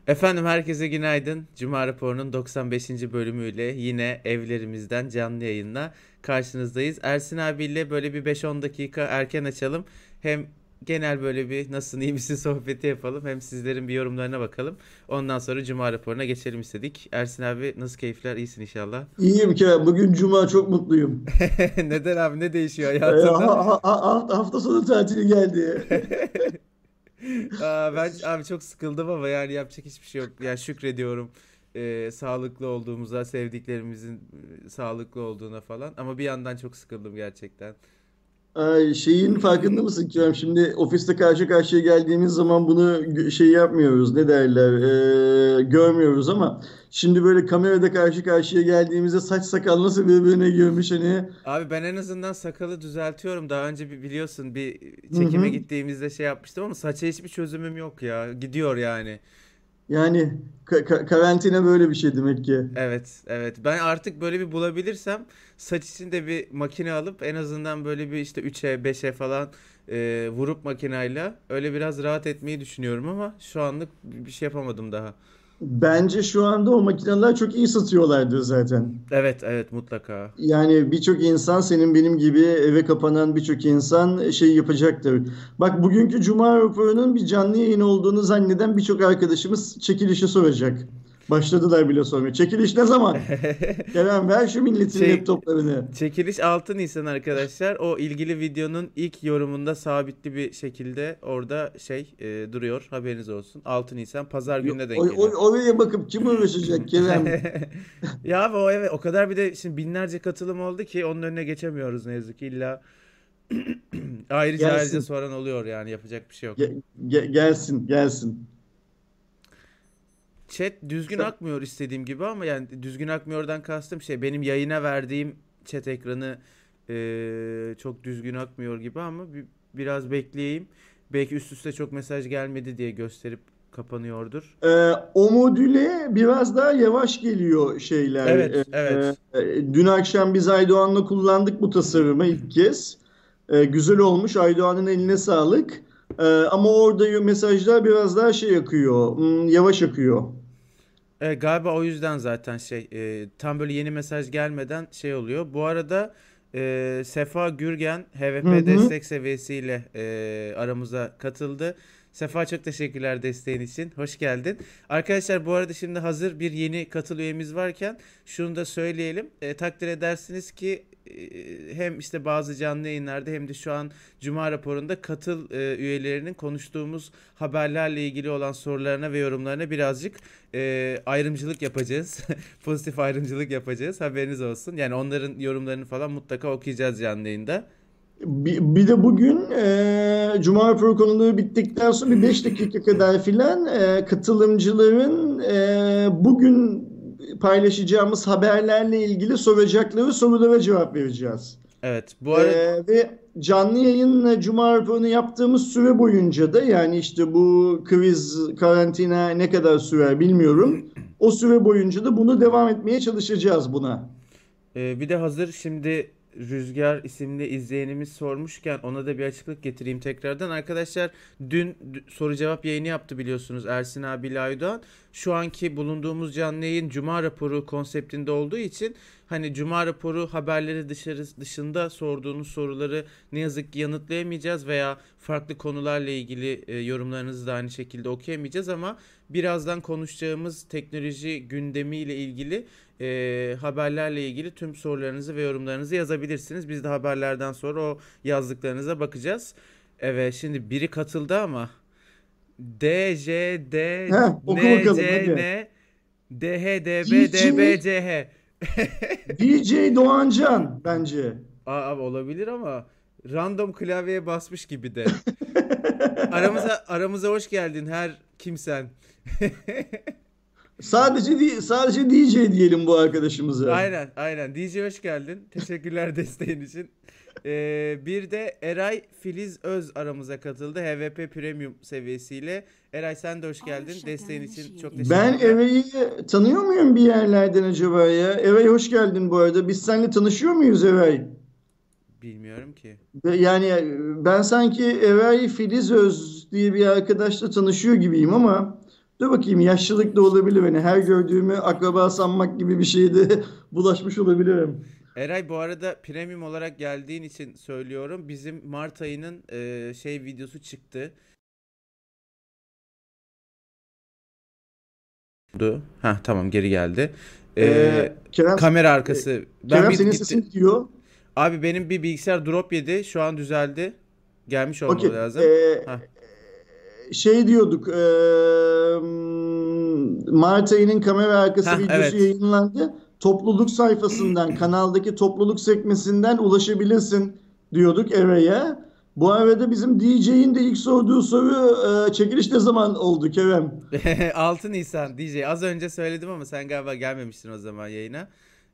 Efendim herkese günaydın. Cuma raporunun 95. bölümüyle yine evlerimizden canlı yayınla karşınızdayız. Ersin abiyle böyle bir 5-10 dakika erken açalım. Hem genel böyle bir nasılsın iyi misin sohbeti yapalım. Hem sizlerin bir yorumlarına bakalım. Ondan sonra Cuma raporuna geçelim istedik. Ersin abi nasıl keyifler? İyisin inşallah. İyiyim Kerem. Bugün Cuma çok mutluyum. Neden abi ne değişiyor hayatında? Hafta sonu tatili geldi. Ben abi çok sıkıldım ama yani yapacak hiçbir şey yok. Yani şükrediyorum sağlıklı olduğumuza, sevdiklerimizin sağlıklı olduğuna falan. Ama bir yandan çok sıkıldım gerçekten. Ay, şeyin farkında mısın Kerem? Şimdi ofiste karşı karşıya geldiğimiz zaman bunu şey yapmıyoruz. Ne derler? Görmüyoruz ama şimdi böyle kamerada karşı karşıya geldiğimizde saç sakal nasıl birbirine girmiş hani. Abi ben en azından sakalı düzeltiyorum. Daha önce biliyorsun bir Hı çekime hı. gittiğimizde şey yapmıştım ama saça hiçbir çözümüm yok ya. Gidiyor yani. Yani karantina böyle bir şey demek ki. Evet, evet. Ben artık böyle bir bulabilirsem saç için de bir makine alıp en azından böyle bir işte 3'e 5'e falan vurup makinayla öyle biraz rahat etmeyi düşünüyorum ama şu anlık bir şey yapamadım daha. Bence şu anda o makineler çok iyi satıyorlardır zaten. Evet, evet mutlaka. Yani birçok insan senin benim gibi eve kapanan birçok insan şey yapacaktır. Bak bugünkü Cuma raporunun bir canlı yayın olduğunu zanneden birçok arkadaşımız çekilişi soracak. Başladılar bile sormaya. Çekiliş ne zaman? Kerem ver şu milletin Şey laptoplarını. çekiliş 6 Nisan arkadaşlar. O ilgili videonun ilk yorumunda sabitli bir şekilde orada duruyor. Haberiniz olsun. 6 Nisan pazar gününe denk geliyor. Oraya bakıp kim uğraşacak Kerem? Ya abi o evet o kadar bir de şimdi binlerce katılım oldu ki onun önüne geçemiyoruz ne yazık ki illa ayrıca Gelsin. soran oluyor yani yapacak bir şey yok. Gelsin. Gelsin. Chat düzgün akmıyor istediğim gibi ama yani düzgün akmıyordan kastım şey benim yayına verdiğim chat ekranı çok düzgün akmıyor gibi ama biraz bekleyeyim. Belki üst üste çok mesaj gelmedi diye gösterip kapanıyordur. O modüle biraz daha yavaş geliyor şeyler. Evet, evet. Dün akşam biz Aydoğan'la kullandık bu tasarımı ilk kez. Güzel olmuş. Aydoğan'ın eline sağlık. Ama orada mesajlar biraz daha şey akıyor. Yavaş akıyor. Galiba o yüzden zaten tam böyle yeni mesaj gelmeden şey oluyor. Bu arada Sefa Gürgen Hı HVP hı. destek seviyesiyle aramıza katıldı. Sefa çok teşekkürler desteğin için. Hoş geldin. Arkadaşlar bu arada şimdi hazır bir yeni katıl üyemiz varken şunu da söyleyelim. Takdir edersiniz ki hem işte bazı canlı yayınlarda hem de şu an Cuma raporunda katıl üyelerinin konuştuğumuz haberlerle ilgili olan sorularına ve yorumlarına birazcık ayrımcılık yapacağız. Pozitif ayrımcılık yapacağız. Haberiniz olsun. Yani onların yorumlarını falan mutlaka okuyacağız canlı yayında. Bir de bugün Cuma raporu konuları bittikten sonra bir 5 dakika kadar filan katılımcıların bugün paylaşacağımız haberlerle ilgili soracakları sorulara cevap vereceğiz. Evet. Bu arada Ve canlı yayın Cuma raporunu yaptığımız süre boyunca da yani işte bu kriz, karantina ne kadar sürer bilmiyorum. O süre boyunca da bunu devam etmeye çalışacağız buna. Bir de hazır şimdi Rüzgar isimli izleyenimiz sormuşken ona da bir açıklık getireyim tekrardan. Arkadaşlar dün soru cevap yayını yaptı biliyorsunuz Ersin abiyle Aydoğan. Şu anki bulunduğumuz canlı yayın Cuma raporu konseptinde olduğu için hani Cuma raporu haberleri dışında sorduğunuz soruları ne yazık ki yanıtlayamayacağız veya farklı konularla ilgili yorumlarınızı da aynı şekilde okuyamayacağız ama birazdan konuşacağımız teknoloji gündemiyle ilgili haberlerle ilgili tüm sorularınızı ve yorumlarınızı yazabilirsiniz. Biz de haberlerden sonra o yazdıklarınıza bakacağız. Evet şimdi biri katıldı ama D J D Heh, oku N bakalım C hadi. N D H D B D B DJ C H. DJ Doğancan bence. Abi olabilir ama random klavyeye basmış gibi de. Aramıza hoş geldin her kimsen. Sadece DJ diyelim bu arkadaşımıza. Aynen, aynen. DJ hoş geldin. Teşekkürler desteğin için. Bir de Eray Filiz Öz aramıza katıldı. HVP Premium seviyesiyle. Eray sen de hoş geldin. Desteğin için çok Ben teşekkürler. Eray'ı tanıyor muyum bir yerlerden acaba ya? Eray hoş geldin bu arada. Biz seninle tanışıyor muyuz Eray? Bilmiyorum ki. Yani ben sanki Eray Filiz Öz diye bir arkadaşla tanışıyor gibiyim ama Dur bakayım, yaşlılık da olabilir. Hani her gördüğümü akraba sanmak gibi bir şeye de bulaşmış olabilirim. Eray, bu arada premium olarak geldiğin için söylüyorum. Bizim Mart ayının şey videosu çıktı. Ha tamam, geri geldi. Kerem, Kamera e, arkası. Ben Kerem bir senin sesin gitti. gidiyor. Abi benim bir bilgisayar drop yedi. Şu an düzeldi. Gelmiş olmalı Okey. lazım. Ha. Şey diyorduk. Mart ayının kamera arkası Ha videosu evet. yayınlandı. Topluluk sayfasından, kanaldaki topluluk sekmesinden ulaşabilirsin diyorduk Eray'a. Bu arada bizim DJ'in de ilk sorduğu soru, çekiliş ne zaman oldu Kerem? 6 Nisan DJ. Az önce söyledim ama sen galiba gelmemiştin o zaman yayına.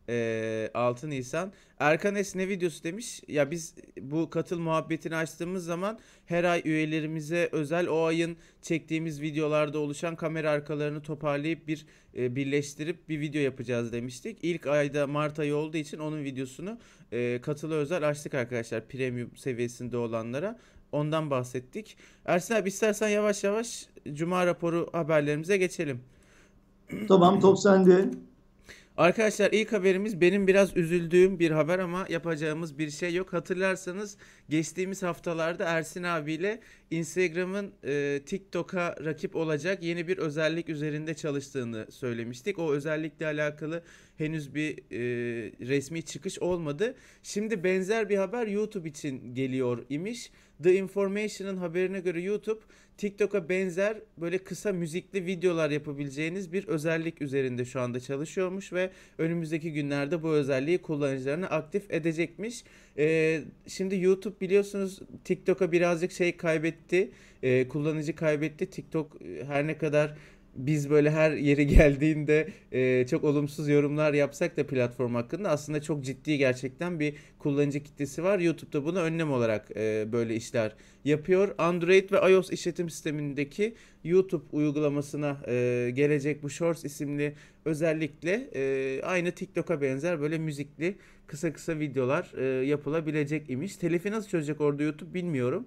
6 Nisan. Erkan S ne videosu demiş. Ya biz bu katıl muhabbetini açtığımız zaman her ay üyelerimize özel o ayın çektiğimiz videolarda oluşan kamera arkalarını toparlayıp birleştirip bir video yapacağız demiştik. İlk ayda Mart ayı olduğu için onun videosunu katılı özel açtık arkadaşlar, premium seviyesinde olanlara. Ondan bahsettik. Ersin abi, istersen yavaş yavaş Cuma raporu haberlerimize geçelim. Tamam, top sende. Arkadaşlar, ilk haberimiz benim biraz üzüldüğüm bir haber ama yapacağımız bir şey yok. Hatırlarsanız geçtiğimiz haftalarda Ersin abiyle Instagram'ın TikTok'a rakip olacak yeni bir özellik üzerinde çalıştığını söylemiştik. O özellikle alakalı henüz bir resmi çıkış olmadı. Şimdi benzer bir haber YouTube için geliyor imiş. The Information'ın haberine göre YouTube, TikTok'a benzer böyle kısa müzikli videolar yapabileceğiniz bir özellik üzerinde şu anda çalışıyormuş ve önümüzdeki günlerde bu özelliği kullanıcılarına aktif edecekmiş. Şimdi YouTube biliyorsunuz TikTok'a birazcık şey kaybetti, kullanıcı kaybetti. TikTok her ne kadar biz böyle her yeri geldiğinde çok olumsuz yorumlar yapsak da platform hakkında, aslında çok ciddi gerçekten bir kullanıcı kitlesi var. YouTube'da bunu önlem olarak böyle işler yapıyor. Android ve iOS işletim sistemindeki YouTube uygulamasına gelecek bu Shorts isimli özellikle aynı TikTok'a benzer böyle müzikli kısa kısa videolar yapılabilecek imiş. Telifi nasıl çözecek orada YouTube bilmiyorum.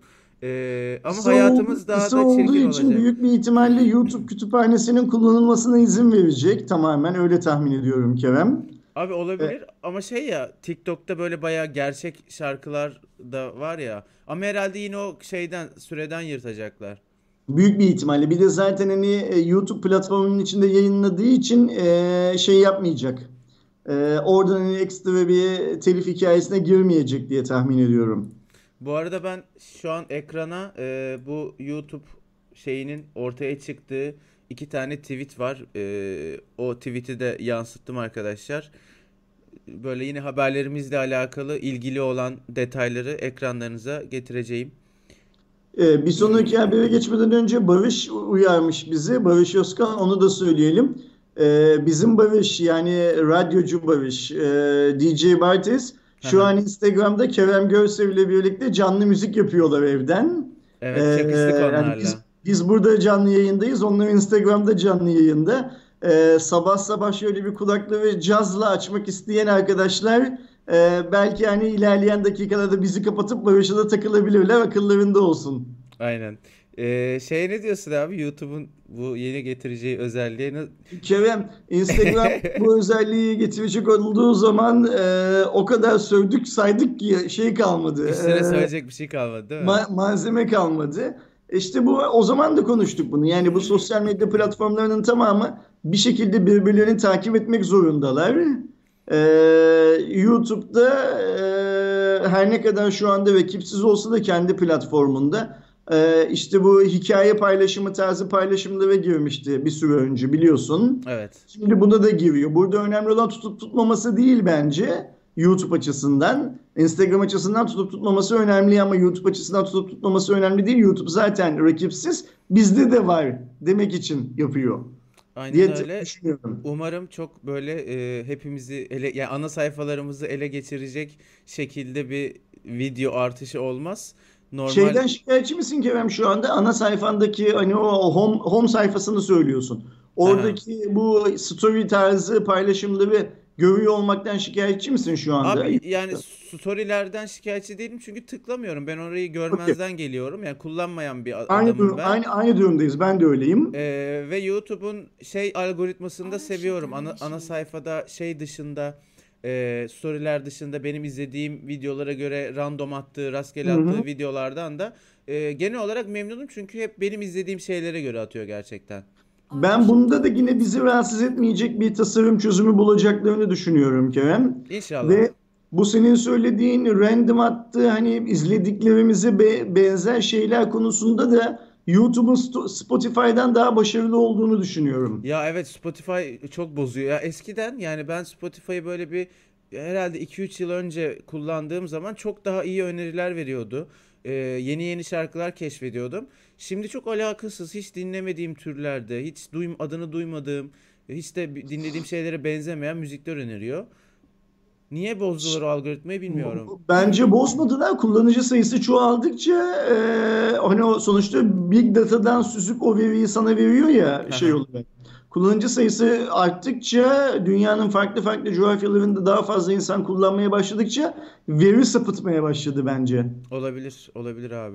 Ama hayatımız daha Kısa da olduğu çirkin için olacak. büyük bir ihtimalle YouTube kütüphanesinin kullanılmasına izin verecek. Tamamen öyle tahmin ediyorum Kerem. Abi E, olabilir ama şey ya, TikTok'ta böyle bayağı gerçek şarkılar da var ya. Ama herhalde yine o şeyden, süreden yırtacaklar. Büyük bir ihtimalle. Bir de zaten hani YouTube platformunun içinde yayınladığı için şey yapmayacak. Oradan hani ekstra bir telif hikayesine girmeyecek diye tahmin ediyorum. Bu arada ben şu an ekrana bu YouTube şeyinin ortaya çıktığı iki tane tweet var. O tweet'i de yansıttım arkadaşlar. Böyle yine haberlerimizle alakalı ilgili olan detayları ekranlarınıza getireceğim. Bir sonraki habere geçmeden önce Barış uyarmış bizi. Barış Özkan, onu da söyleyelim. Bizim Barış, yani radyocu Barış, DJ Bartes şu an Instagram'da Kerem Görsev ile birlikte canlı müzik yapıyorlar evden. Ee, Evet, çakıştık Yani biz onlarla. biz burada canlı yayındayız. Onlar Instagram'da canlı yayında. Sabah sabah şöyle bir kulaklığı cazla açmak isteyen arkadaşlar belki hani ilerleyen dakikalarda bizi kapatıp Barış'a da takılabilirler. Akıllarında olsun. Aynen. Şey, ne diyorsun abi, YouTube'un bu yeni getireceği özelliğe Kerem, Instagram bu özelliği getirecek olduğu zaman o kadar sövdük saydık ki şey kalmadı. üstüne söyleyecek bir şey kalmadı değil mi? Malzeme kalmadı. İşte bu, o zaman da konuştuk bunu. Yani bu sosyal medya platformlarının tamamı bir şekilde birbirlerini takip etmek zorundalar. YouTube'da her ne kadar şu anda rakipsiz olsa da kendi platformunda işte bu hikaye paylaşımı tarzı paylaşımlara girmişti bir süre önce, biliyorsun. Evet. Şimdi buna da giriyor. Burada önemli olan tutup tutmaması değil bence, YouTube açısından. Instagram açısından tutup tutmaması önemli ama YouTube açısından tutup tutmaması önemli değil. YouTube zaten rakipsiz. Bizde de var demek için yapıyor Aynen diye öyle. düşünüyorum. Umarım çok böyle hepimizi ele, yani ana sayfalarımızı ele geçirecek şekilde bir video artışı olmaz. Normal. Şeyden şikayetçi misin Kerem şu anda? Ana sayfandaki hani o home sayfasını söylüyorsun. Haha. Oradaki bu story tarzı paylaşımları görüyor olmaktan şikayetçi misin şu anda? Abi yani storylerden şikayetçi değilim çünkü tıklamıyorum. Ben orayı Okey. görmezden geliyorum. Yani kullanmayan bir Aynı adamım durum, ben. aynı durumdayız. Ben de öyleyim. Ve YouTube'un şey algoritmasını da seviyorum. Ana sayfada şey dışında storyler dışında benim izlediğim videolara göre random attığı, Hı rastgele hı. attığı videolardan da genel olarak memnunum çünkü hep benim izlediğim şeylere göre atıyor gerçekten. Ben bunda da yine bizi rahatsız etmeyecek bir tasarım çözümü bulacaklarını düşünüyorum Kerem. İnşallah. Ve bu senin söylediğin random attığı hani izlediklerimize benzer şeyler konusunda da YouTube'un Spotify'dan daha başarılı olduğunu düşünüyorum. Ya evet, Spotify çok bozuyor. Ya eskiden yani ben Spotify'ı böyle bir herhalde 2-3 yıl önce kullandığım zaman çok daha iyi öneriler veriyordu. Yeni yeni şarkılar keşfediyordum. Şimdi çok alakasız, hiç dinlemediğim türlerde, hiç adını duymadığım, hiç de dinlediğim şeylere benzemeyen müzikler öneriyor. Niye bozdular o algoritmayı bilmiyorum. Bence bozmadılar. Kullanıcı sayısı çoğaldıkça hani o sonuçta Big Data'dan süzüp o veriyi sana veriyor ya şey olarak. Kullanıcı sayısı arttıkça dünyanın farklı farklı coğrafyalarında daha fazla insan kullanmaya başladıkça veri sapıtmaya başladı bence. Olabilir, olabilir abi.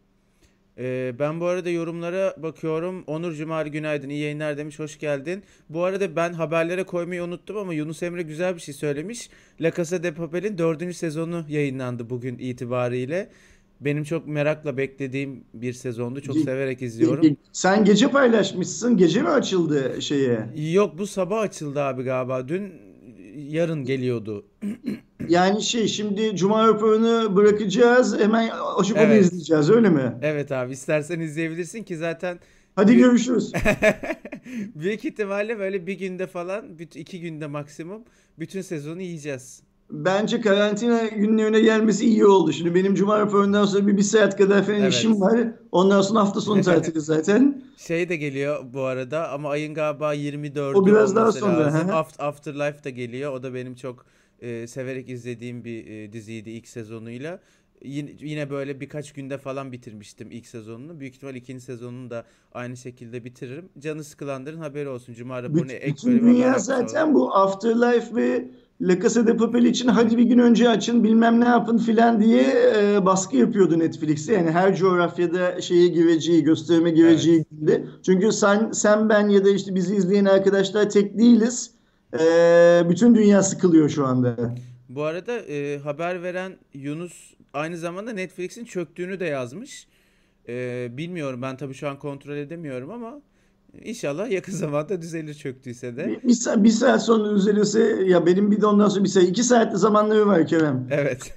Ben bu arada yorumlara bakıyorum. Onur Cumali günaydın, iyi yayınlar demiş, hoş geldin. Bu arada ben haberlere koymayı unuttum ama Yunus Emre güzel bir şey söylemiş. La Casa de Papel'in 4. sezonu yayınlandı bugün itibariyle. Benim çok merakla beklediğim bir sezondu. Çok severek izliyorum. Sen gece paylaşmışsın. Gece mi açıldı şeye? Yok, bu sabah açıldı abi galiba. Dün yarın geliyordu. Yani şey şimdi Cuma raporunu bırakacağız. Hemen açıp onu Evet. izleyeceğiz öyle mi? Evet abi, istersen izleyebilirsin ki zaten Hadi büyük, görüşürüz. büyük ihtimalle böyle bir günde falan, 2 günde maksimum bütün sezonu yiyeceğiz. Bence karantina günlerine gelmesi iyi oldu. Şimdi benim Cuma raporundan sonra bir saat kadar falan işim Evet. var. Ondan sonra hafta sonu tatili zaten. Şey de geliyor bu arada ama ayın galiba O 24'ü biraz daha olması sonra. Hı lazım. hı. Afterlife da geliyor. O da benim çok severek izlediğim bir diziydi ilk sezonuyla. Yine böyle birkaç günde falan bitirmiştim ilk sezonunu. Büyük ihtimal ikinci sezonunu da aynı şekilde bitiririm. Canı sıkılanların haberi olsun. Cuma raporuna ek böyle Bütün bir haber dünya yapmış oldum. zaten bu Afterlife ve La Casa de Papel için hadi bir gün önce açın bilmem ne yapın filan diye baskı yapıyordu Netflix'e. Yani her coğrafyada şeye gireceği, gösterime gireceği Evet. günde. Çünkü sen ben ya da işte bizi izleyen arkadaşlar tek değiliz. Bütün dünya sıkılıyor şu anda. Bu arada haber veren Yunus aynı zamanda Netflix'in çöktüğünü de yazmış. Bilmiyorum, ben tabii şu an kontrol edemiyorum ama inşallah yakın zamanda düzelir, çöktüyse de. Bir saat sonra üzerisi ya benim bir de ondan sonra bir saat 2 saatli zamanları var Kerem. Evet.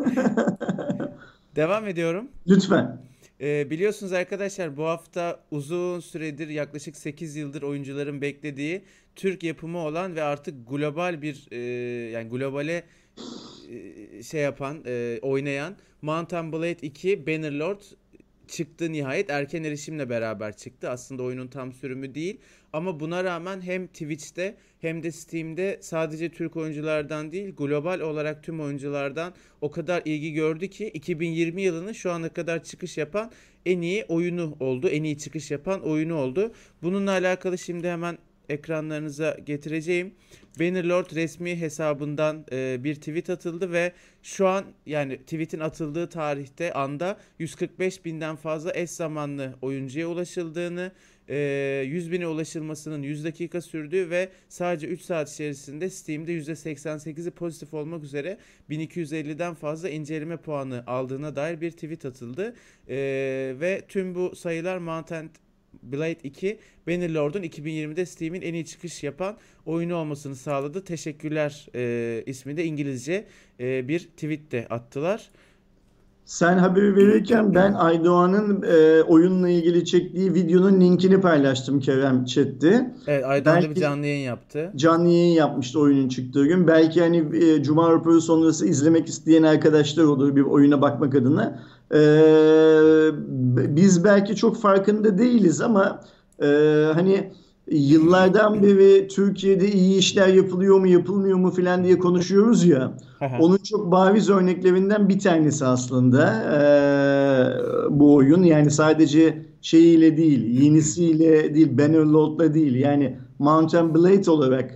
Devam ediyorum. Lütfen. Biliyorsunuz arkadaşlar, bu hafta uzun süredir, yaklaşık 8 yıldır oyuncuların beklediği Türk yapımı olan ve artık global bir yani globale şey yapan, oynayan Mount Blade 2 Bannerlord çıktı nihayet. Erken erişimle beraber çıktı. Aslında oyunun tam sürümü değil. Ama buna rağmen hem Twitch'te hem de Steam'de sadece Türk oyunculardan değil, global olarak tüm oyunculardan o kadar ilgi gördü ki 2020 yılının şu ana kadar çıkış yapan en iyi oyunu oldu. En iyi çıkış yapan oyunu oldu. Bununla alakalı şimdi hemen ekranlarınıza getireceğim. Bannerlord resmi hesabından bir tweet atıldı ve şu an, yani tweetin atıldığı tarihte anda 145 binden fazla eş zamanlı oyuncuya ulaşıldığını, 100 bine ulaşılmasının 100 dakika sürdüğü ve sadece 3 saat içerisinde Steam'de %88'i pozitif olmak üzere 1250'den fazla inceleme puanı aldığına dair bir tweet atıldı. Ve tüm bu sayılar Mountain Blade 2 Bannerlord'un 2020'de Steam'in en iyi çıkış yapan oyunu olmasını sağladı. Teşekkürler isminde İngilizce bir tweet de attılar. Sen haberi verirken ben Aydoğan'ın oyunla ilgili çektiği videonun linkini paylaştım Kerem chatte. Evet, Aydoğan da bir Belki canlı yayın yaptı. canlı yayın yapmıştı oyunun çıktığı gün. Belki hani Cuma raporu sonrası izlemek isteyen arkadaşlar olur bir oyuna bakmak adına. E, Biz belki çok farkında değiliz ama e, hani yıllardan beri Türkiye'de iyi işler yapılıyor mu yapılmıyor mu filan diye konuşuyoruz ya. Onun çok bariz örneklerinden bir tanesi aslında bu oyun. Yani sadece şeyiyle değil, yenisiyle değil, Bannerlord'la değil. Yani Mount and Blade olarak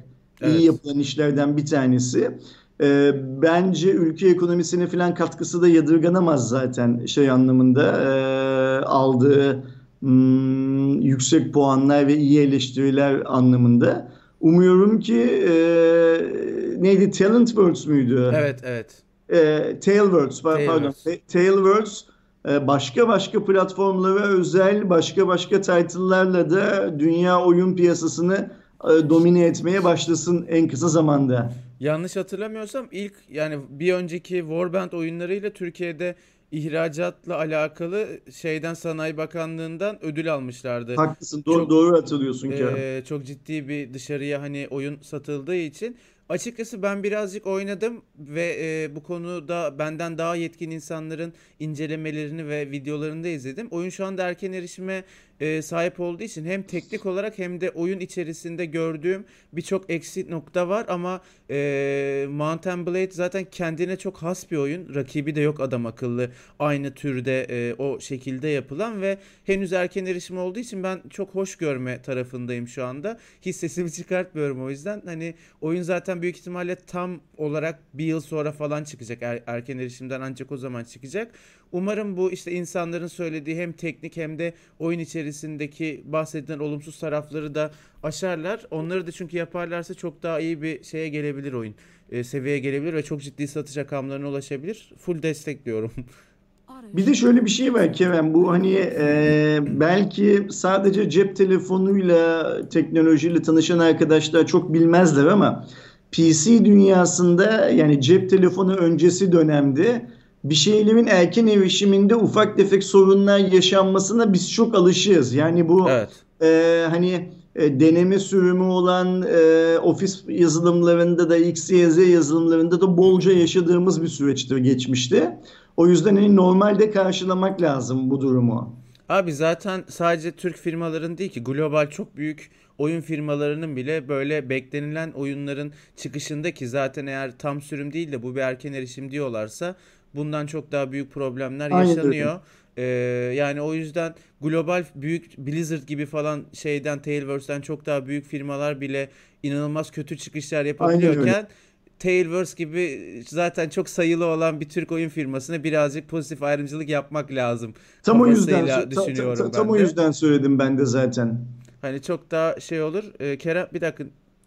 iyi Evet. yapılan işlerden bir tanesi. Bence ülke ekonomisine falan katkısı da yadırganamaz zaten şey anlamında. Aldığı yüksek puanlar ve iyi eleştiriler anlamında. Umuyorum ki neydi? Talent Words müydü? Evet, evet. Tailwords, pardon. Tailverse. Tailwords başka başka platformlara özel başka başka title'larla da dünya oyun piyasasını domine etmeye başlasın en kısa zamanda. Yanlış hatırlamıyorsam ilk yani bir önceki Warband oyunlarıyla Türkiye'de ihracatla alakalı şeyden Sanayi Bakanlığı'ndan ödül almışlardı. Haklısın, Çok doğru hatırlıyorsun Kerem. çok ciddi bir dışarıya hani oyun satıldığı için açıkçası ben birazcık oynadım ve bu konuda benden daha yetkin insanların incelemelerini ve videolarını da izledim. Oyun şu anda erken erişime sahip olduğu için hem teknik olarak hem de oyun içerisinde gördüğüm birçok eksik nokta var ama Mount and Blade zaten kendine çok has bir oyun. Rakibi de yok adam akıllı. Aynı türde o şekilde yapılan ve henüz erken erişim olduğu için ben çok hoş görme tarafındayım şu anda. Hiç sesimi çıkartmıyorum o yüzden. Hani oyun zaten büyük ihtimalle tam olarak bir yıl sonra falan çıkacak. Erken erişimden ancak o zaman çıkacak. Umarım bu işte insanların söylediği hem teknik hem de oyun içerisindeki bahsedilen olumsuz tarafları da aşarlar. Onları da çünkü yaparlarsa çok daha iyi bir şeye gelebilir oyun. Seviyeye gelebilir ve çok ciddi satış rakamlarına ulaşabilir. Full destekliyorum. Bir de şöyle bir şey var Kerem, bu hani belki sadece cep telefonuyla teknolojiyle tanışan arkadaşlar çok bilmezler ama PC dünyasında yani cep telefonu öncesi dönemde bir şeylerin erken erişiminde ufak tefek sorunlar yaşanmasına biz çok alışığız. Yani bu Evet. hani deneme sürümü olan ofis yazılımlarında da XYZ yazılımlarında da bolca yaşadığımız bir süreçtir geçmişte. O yüzden hani normalde karşılamak lazım bu durumu. Abi zaten sadece Türk firmaların değil ki global çok büyük oyun firmalarının bile böyle beklenilen oyunların çıkışında ki zaten eğer tam sürüm değil de bu bir erken erişim diyorlarsa bundan çok daha büyük problemler Aynen öyle. yaşanıyor. Ee, Yani o yüzden global büyük Blizzard gibi falan şeyden Tailverse'den çok daha büyük firmalar bile inanılmaz kötü çıkışlar Aynen öyle. yapabiliyorken Tailverse gibi zaten çok sayılı olan bir Türk oyun firmasına birazcık pozitif ayrımcılık yapmak lazım Tam o yüzden kafasıyla düşünüyorum tam ben o de. yüzden söyledim ben de zaten. Hani çok daha şey olur. Kerem bir dakika.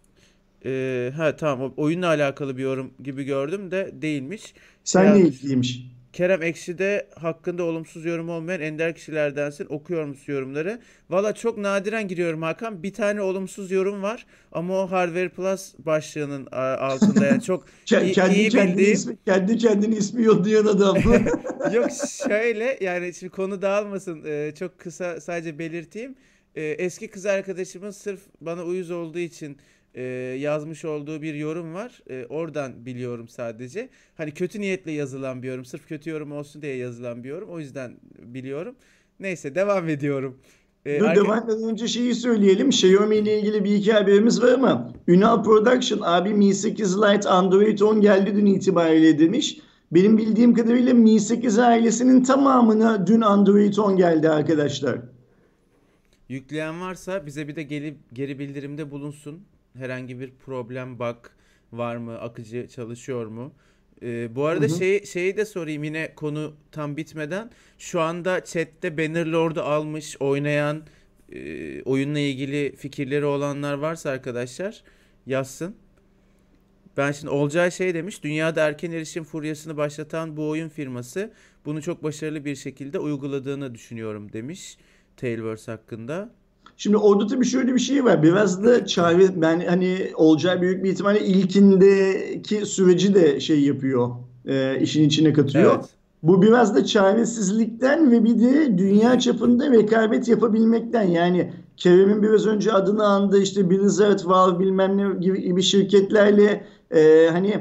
Ha tamam oyunla alakalı bir yorum gibi gördüm de değilmiş. Şey Senle yazmış. ilgiliymiş. Kerem Ekşi'de hakkında olumsuz yorum olmayan ender kişilerdensin. Okuyor musun yorumları? Valla çok nadiren giriyorum Hakan. Bir tane olumsuz yorum var. Ama o Hardware Plus başlığının altında. Yani çok Kendi iyi kendini bildiğim. ismi kendi kendini ismi yollayan adam. Yok şöyle yani şimdi konu dağılmasın. Çok kısa sadece belirteyim. Eski kız arkadaşımın sırf bana uyuz olduğu için yazmış olduğu bir yorum var. Oradan biliyorum sadece. Hani kötü niyetle yazılan bir yorum. Sırf kötü yorum olsun diye yazılan bir yorum. O yüzden biliyorum. Neyse devam ediyorum. Dur, Arka... devam etmeden önce şeyi söyleyelim. Xiaomi ile ilgili bir iki haberimiz var ama Ünal Production abi Mi 8 Lite Android 10 geldi dün itibariyle demiş. Benim bildiğim kadarıyla Mi 8 ailesinin tamamına dün Android 10 geldi arkadaşlar. Yükleyen varsa bize bir de geri bildirimde bulunsun. Herhangi bir problem, bug var mı? Akıcı çalışıyor mu? Bu Hı arada hı. şeyi de sorayım yine konu tam bitmeden. Şu anda chatte Bannerlord'u almış, oynayan, oyunla ilgili fikirleri olanlar varsa arkadaşlar yazsın. Ben şimdi Olcay şey demiş. Dünyada erken erişim furyasını başlatan bu oyun firması bunu çok başarılı bir şekilde uyguladığını düşünüyorum demiş. Tailverse hakkında. Şimdi orada tabii şöyle bir şey var. Biraz da çare, ben hani olacağı büyük bir ihtimalle ilkindeki süreci de şey yapıyor. İşin içine katıyor. Evet. Bu biraz da çaresizlikten ve bir de dünya çapında rekabet yapabilmekten. Yani Kerem'in biraz önce adını andı, işte Blizzard, Valve bilmem ne gibi şirketlerle hani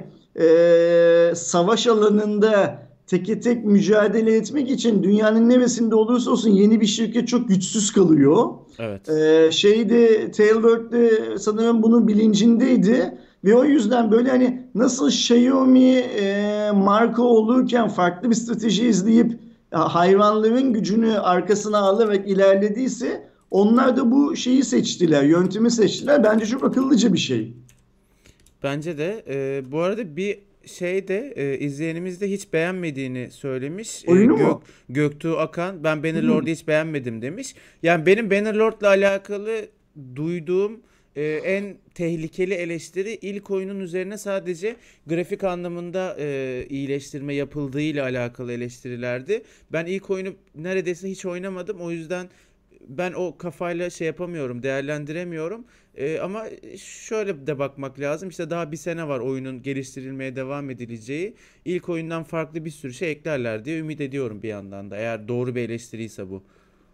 savaş alanında teke tek mücadele etmek için dünyanın neresinde olursa olsun yeni bir şirket çok güçsüz kalıyor. Evet. Şeyde Tailworld de sanırım bunun bilincindeydi ve o yüzden böyle hani nasıl Xiaomi marka olurken farklı bir strateji izleyip hayvanların gücünü arkasına alarak ilerlediyse onlar da bu şeyi seçtiler, yöntemi seçtiler. Bence çok akıllıca bir şey. Bence de. Bu arada bir şey de izleyenimiz de hiç beğenmediğini söylemiş. Oyunu mu? Göktuğ Akan ben Hmm. Bannerlord'u hiç beğenmedim demiş. Yani benim Bannerlord'la alakalı duyduğum en tehlikeli eleştiri ilk oyunun üzerine sadece grafik anlamında iyileştirme yapıldığıyla alakalı eleştirilerdi. Ben ilk oyunu neredeyse hiç oynamadım. O yüzden ben o kafayla şey yapamıyorum, değerlendiremiyorum. Ama şöyle de bakmak lazım. İşte daha bir sene var oyunun geliştirilmeye devam edileceği. İlk oyundan farklı bir sürü şey eklerler diye ümit ediyorum bir yandan da. Eğer doğru bir eleştiriyse bu.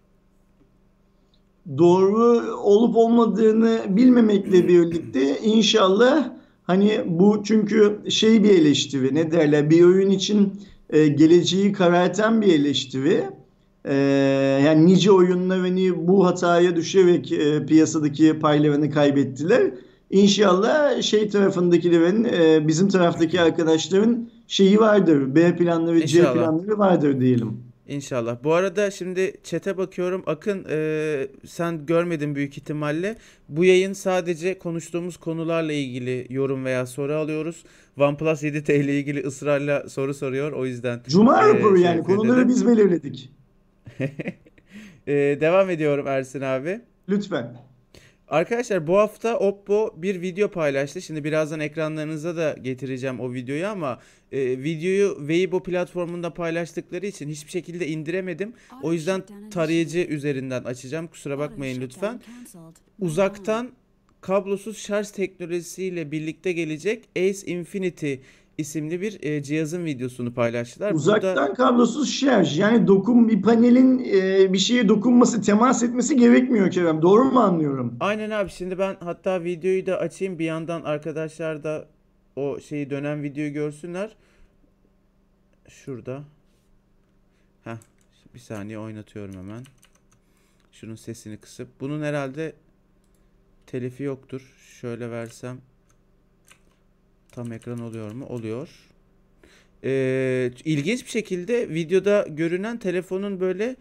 Doğru olup olmadığını bilmemekle birlikte inşallah hani bu çünkü şey bir eleştiri ne derler bir oyun için geleceği karartan bir eleştiri. E, Yani nice oyunlar hani bu hataya düşerek piyasadaki paylarını kaybettiler. İnşallah şey tarafındakilerin bizim taraftaki arkadaşların şeyi vardır. B planları, C İnşallah. planları vardır diyelim. İnşallah. Bu arada şimdi chat'e bakıyorum. Akın sen görmedin büyük ihtimalle. Bu yayın sadece konuştuğumuz konularla ilgili yorum veya soru alıyoruz. OnePlus 7T ile ilgili ısrarla soru soruyor. O yüzden Cuma raporu şey yani yapıyor konuları dedim. biz belirledik. Devam ediyorum Ersin abi. Lütfen. Arkadaşlar bu hafta Oppo bir video paylaştı. Şimdi birazdan ekranlarınıza da getireceğim o videoyu ama videoyu Weibo platformunda paylaştıkları için hiçbir şekilde indiremedim. O yüzden tarayıcı üzerinden açacağım. Kusura bakmayın lütfen. Uzaktan kablosuz şarj teknolojisiyle birlikte gelecek Ace Infinity isimli bir cihazın videosunu paylaştılar. Burada Uzaktan kablosuz şarj. Yani bir panelin bir şeye dokunması, temas etmesi gerekmiyor Kerem. Doğru mu anlıyorum? aynen abi, şimdi ben hatta videoyu da açayım bir yandan, arkadaşlar da o şeyi dönen videoyu görsünler. Şurada. Heh, bir saniye oynatıyorum hemen. Şunun sesini kısıp. Bunun herhalde telifi yoktur. Şöyle versem tam ekran oluyor mu? Oluyor. İlginç bir şekilde videoda görünen telefonun böyle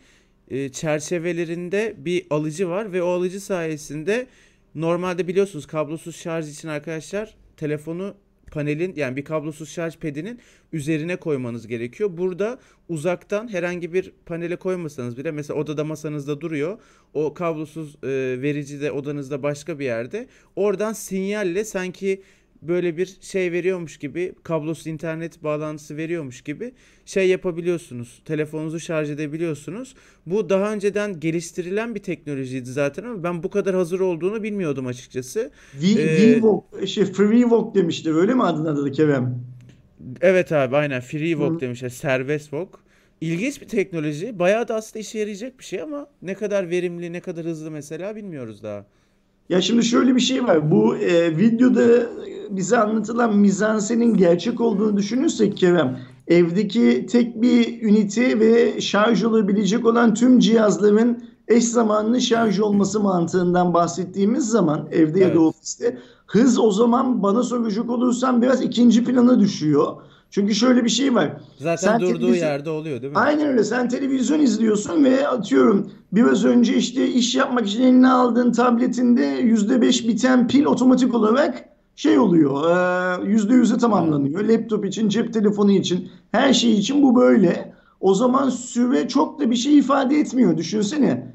çerçevelerinde bir alıcı var ve o alıcı sayesinde normalde biliyorsunuz kablosuz şarj için arkadaşlar telefonu panelin, yani bir kablosuz şarj pedinin üzerine koymanız gerekiyor. Burada uzaktan herhangi bir panele koymasanız bile, mesela odada masanızda duruyor. O kablosuz verici de odanızda başka bir yerde. Oradan sinyalle sanki böyle bir şey veriyormuş gibi, kablosuz internet bağlantısı veriyormuş gibi şey yapabiliyorsunuz. Telefonunuzu şarj edebiliyorsunuz. Bu daha önceden geliştirilen bir teknolojiydi zaten ama ben bu kadar hazır olduğunu bilmiyordum açıkçası. Ee, VVOC, FreeVOC demişti. Öyle mi adının adı Kerem? evet abi, aynen FreeVogue Hı. demişler. Serbest Vogue. İlginç bir teknoloji. Bayağı da aslında işe yarayacak bir şey ama ne kadar verimli, ne kadar hızlı mesela bilmiyoruz daha. Ya şimdi şöyle bir şey var. Bu videoda bize anlatılan mizansenin gerçek olduğunu düşünürsek Kerem, evdeki tek bir ünite ve şarj olabilecek olan tüm cihazların eş zamanlı şarj olması mantığından bahsettiğimiz zaman evde ya da Evet. ofiste hız o zaman bana soracak olursan biraz ikinci plana düşüyor. Çünkü şöyle bir şey var. Zaten Sen durduğu televizyon yerde oluyor değil mi? Aynen öyle. Sen televizyon izliyorsun ve atıyorum biraz önce işte iş yapmak için eline aldığın tabletinde %5 biten pil otomatik olarak şey oluyor. %100'e Evet. tamamlanıyor. Laptop için, cep telefonu için, her şey için bu böyle. O zaman süre çok da bir şey ifade etmiyor. Düşünsene.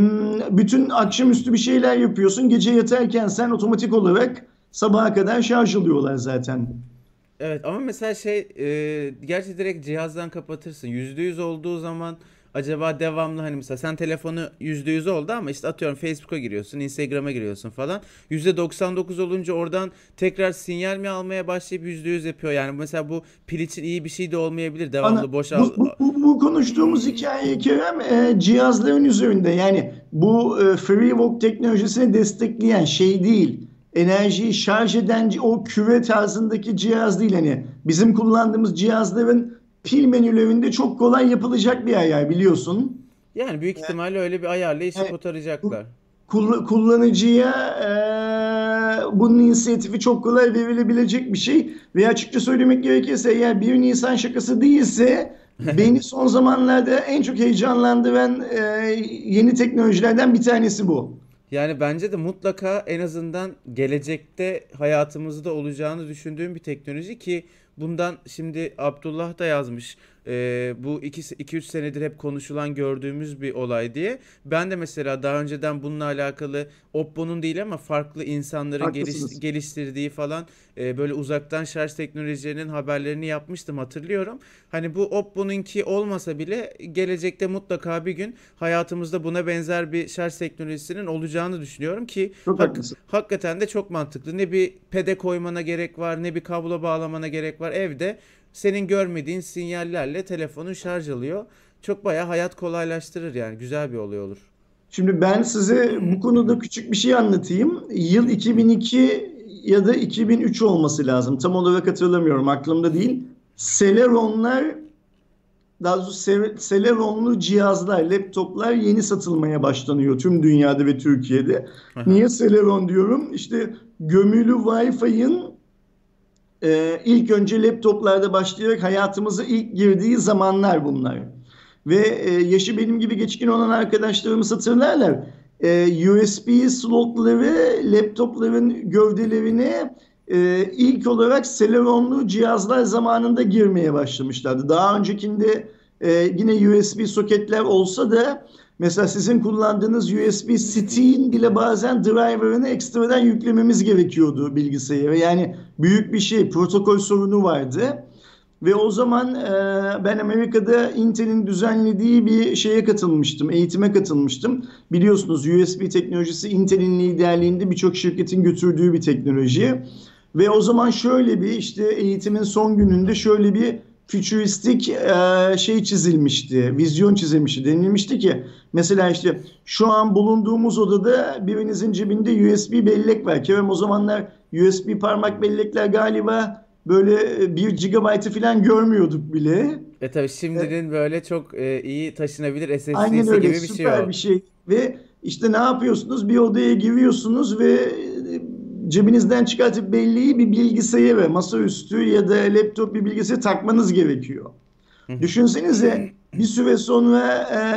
Bütün akşamüstü bir şeyler yapıyorsun. Gece yatarken sen otomatik olarak sabaha kadar şarj alıyorlar zaten. Evet ama mesela şey, gerçi direkt cihazdan kapatırsın. %100 olduğu zaman acaba devamlı, hani mesela sen telefonu %100 oldu ama işte atıyorum Facebook'a giriyorsun, Instagram'a giriyorsun falan. %99 olunca oradan tekrar sinyal mi almaya başlayıp %100 yapıyor. Yani mesela bu pil için iyi bir şey de olmayabilir. Devamlı boş al. Bu konuştuğumuz hikaye Kerem cihazların üzerinde yani bu FreeVogue teknolojisini destekleyen şey değil. Enerjiyi şarj eden o küve tarzındaki cihaz değil. Hani bizim kullandığımız cihazların pil menülerinde çok kolay yapılacak bir ayar biliyorsun. Yani büyük ihtimalle öyle bir ayarla işi Yani kotaracaklar. kullanıcıya bunun inisiyatifi çok kolay verilebilecek bir şey. Ve açıkça söylemek gerekirse eğer 1 Nisan şakası değilse beni son zamanlarda en çok heyecanlandıran yeni teknolojilerden bir tanesi bu. Yani bence de mutlaka en azından gelecekte hayatımızda olacağını düşündüğüm bir teknoloji ki bundan şimdi Abdullah da yazmış. Bu 2-3 senedir hep konuşulan gördüğümüz bir olay diye. Ben de mesela daha önceden bununla alakalı Oppo'nun değil ama farklı insanların Haklısınız. geliştirdiği falan böyle uzaktan şarj teknolojilerinin haberlerini yapmıştım, hatırlıyorum. Hani bu Oppo'nunki olmasa bile gelecekte mutlaka bir gün hayatımızda buna benzer bir şarj teknolojisinin olacağını düşünüyorum ki Çok haklısınız. hakikaten de çok mantıklı. Ne bir pede koymana gerek var, ne bir kablo bağlamana gerek var. Evde senin görmediğin sinyallerle telefonun şarj alıyor. Çok bayağı hayat kolaylaştırır yani. Güzel bir olay olur. Şimdi ben size bu konuda küçük bir şey anlatayım. Yıl 2002 ya da 2003 olması lazım. Tam olarak hatırlamıyorum, aklımda değil. Celeronlar, daha doğrusu Celeronlu cihazlar, laptoplar yeni satılmaya başlanıyor tüm dünyada ve Türkiye'de. Aha. Niye Celeron diyorum? İşte gömülü Wi-Fi'nin ilk önce laptoplarda başlayarak hayatımıza ilk girdiği zamanlar bunlar. Ve yaşı benim gibi geçkin olan arkadaşlarımız hatırlarlar. USB slotları laptopların gövdelerine ilk olarak Celeronlu cihazlar zamanında girmeye başlamışlardı. Daha öncekinde yine USB soketler olsa da mesela sizin kullandığınız USB stick'in bile bazen driver'ını ekstradan yüklememiz gerekiyordu bilgisayara. Yani büyük bir şey, protokol sorunu vardı. Ve o zaman ben Amerika'da Intel'in düzenlediği bir şeye katılmıştım, eğitime katılmıştım. Biliyorsunuz USB teknolojisi Intel'in liderliğinde birçok şirketin götürdüğü bir teknoloji. Ve o zaman şöyle bir işte eğitimin son gününde şöyle bir fütüristik şey çizilmişti, vizyon çizilmişti. Denilmişti ki mesela işte şu an bulunduğumuz odada birinizin cebinde USB bellek var. Kerem, o zamanlar USB parmak bellekler galiba böyle 1 GB'ı falan görmüyorduk bile. Tabii E, şimdinin böyle çok iyi taşınabilir Aynen SSD'si öyle, gibi bir şey süper bir o. şey. Ve işte ne yapıyorsunuz? Bir odaya giriyorsunuz ve cebinizden çıkartıp belleği bir bilgisayara, masaüstü ya da laptop bir bilgisayara takmanız gerekiyor. Hı hı. Düşünsenize bir süre sonra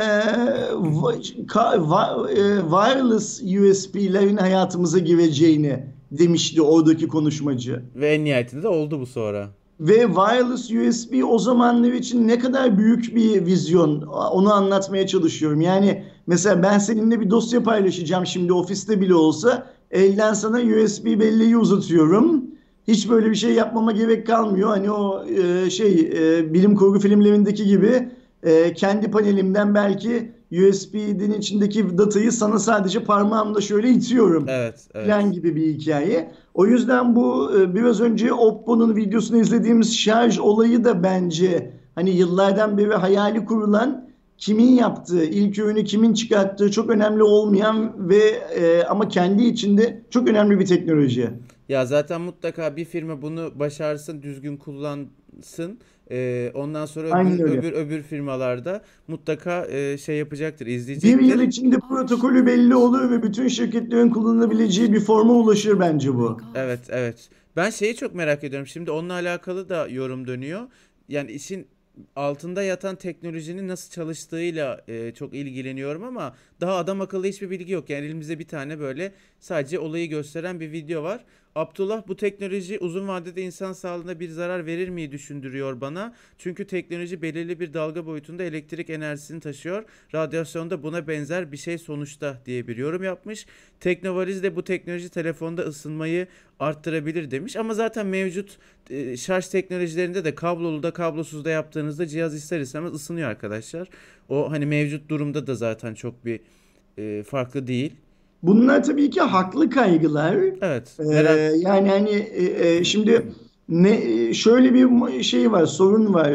wireless USB'lerin hayatımıza gireceğini demişti oradaki konuşmacı. Ve en nihayetinde de oldu bu sonra. Ve wireless USB o zamanlar için ne kadar büyük bir vizyon, onu anlatmaya çalışıyorum. Yani mesela ben seninle bir dosya paylaşacağım şimdi ofiste bile olsa, elden sana USB belleği uzatıyorum. Hiç böyle bir şey yapmama gerek kalmıyor. Hani o bilim kurgu filmlerindeki gibi kendi panelimden belki USB'nin içindeki datayı sana sadece parmağımla şöyle itiyorum Evet, falan evet. gibi bir hikaye. O yüzden bu biraz önce Oppo'nun videosunu izlediğimiz şarj olayı da bence hani yıllardan beri hayali kurulan, kimin yaptığı, ilk ürünü kimin çıkarttığı çok önemli olmayan ve ama kendi içinde çok önemli bir teknoloji. Ya zaten mutlaka bir firma bunu başarsın, düzgün kullansın. Ondan sonra Aynen öyle. öbür firmalarda mutlaka şey yapacaktır, Bir yıl izleyecektir. içinde protokolü belli olur ve bütün şirketlerin kullanabileceği bir forma ulaşır bence bu. Evet, evet. Ben şeyi çok merak ediyorum. Şimdi onunla alakalı da yorum dönüyor. Yani işin altında yatan teknolojinin nasıl çalıştığıyla çok ilgileniyorum ama daha adam akıllı hiçbir bilgi yok. Yani elimizde bir tane böyle sadece olayı gösteren bir video var. Abdullah, bu teknoloji uzun vadede insan sağlığına bir zarar verir miyi düşündürüyor bana. Çünkü teknoloji belirli bir dalga boyutunda elektrik enerjisini taşıyor. Radyasyon da buna benzer bir şey sonuçta diye bir yorum yapmış. Teknovaliz de bu teknoloji telefonda ısınmayı arttırabilir demiş. Ama zaten mevcut şarj teknolojilerinde de kablolu da kablosuz da yaptığınızda cihaz ister istemez ısınıyor arkadaşlar. O hani mevcut durumda da zaten çok bir farklı değil. Bunlar tabii ki haklı kaygılar. Evet, Ee, merak. Yani hani şimdi şöyle bir şey var, sorun var.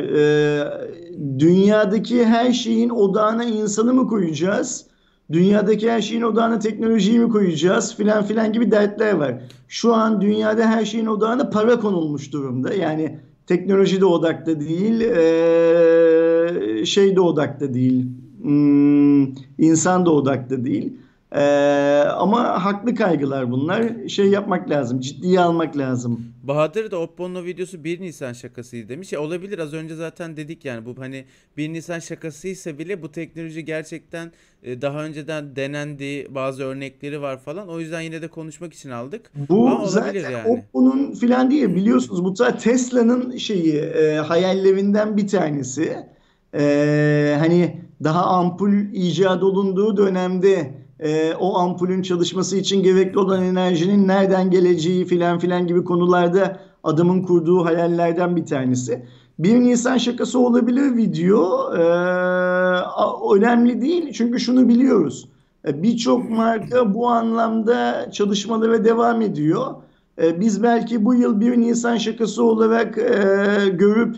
Dünyadaki her şeyin odağına insanı mı koyacağız? Dünyadaki her şeyin odağına teknolojiyi mi koyacağız? Filan filan gibi dertler var. Şu an dünyada her şeyin odağına para konulmuş durumda. Yani teknoloji de odakta değil, şey de odakta değil, insan da odakta değil. Ama haklı kaygılar bunlar. Şey yapmak lazım, ciddiye almak lazım. Bahadır da Oppo'nun o videosu 1 Nisan şakasıydı demiş. Ya olabilir, az önce zaten dedik yani bu hani 1 Nisan şakasıysa bile bu teknoloji gerçekten daha önceden denendiği bazı örnekleri var falan. O yüzden yine de konuşmak için aldık. Bu Ama olabilir zaten yani. Oppo'nun filan değil biliyorsunuz. Bu Tesla'nın şeyi hayallerinden bir tanesi. Hani daha ampul icat olunduğu dönemde o ampulün çalışması için gerekli olan enerjinin nereden geleceği filan filan gibi konularda adamın kurduğu hayallerden bir tanesi. Bir Nisan şakası olabilir video. Önemli değil çünkü şunu biliyoruz. Birçok marka bu anlamda çalışmalara devam ediyor. Biz belki bu yıl bir Nisan şakası olarak görüp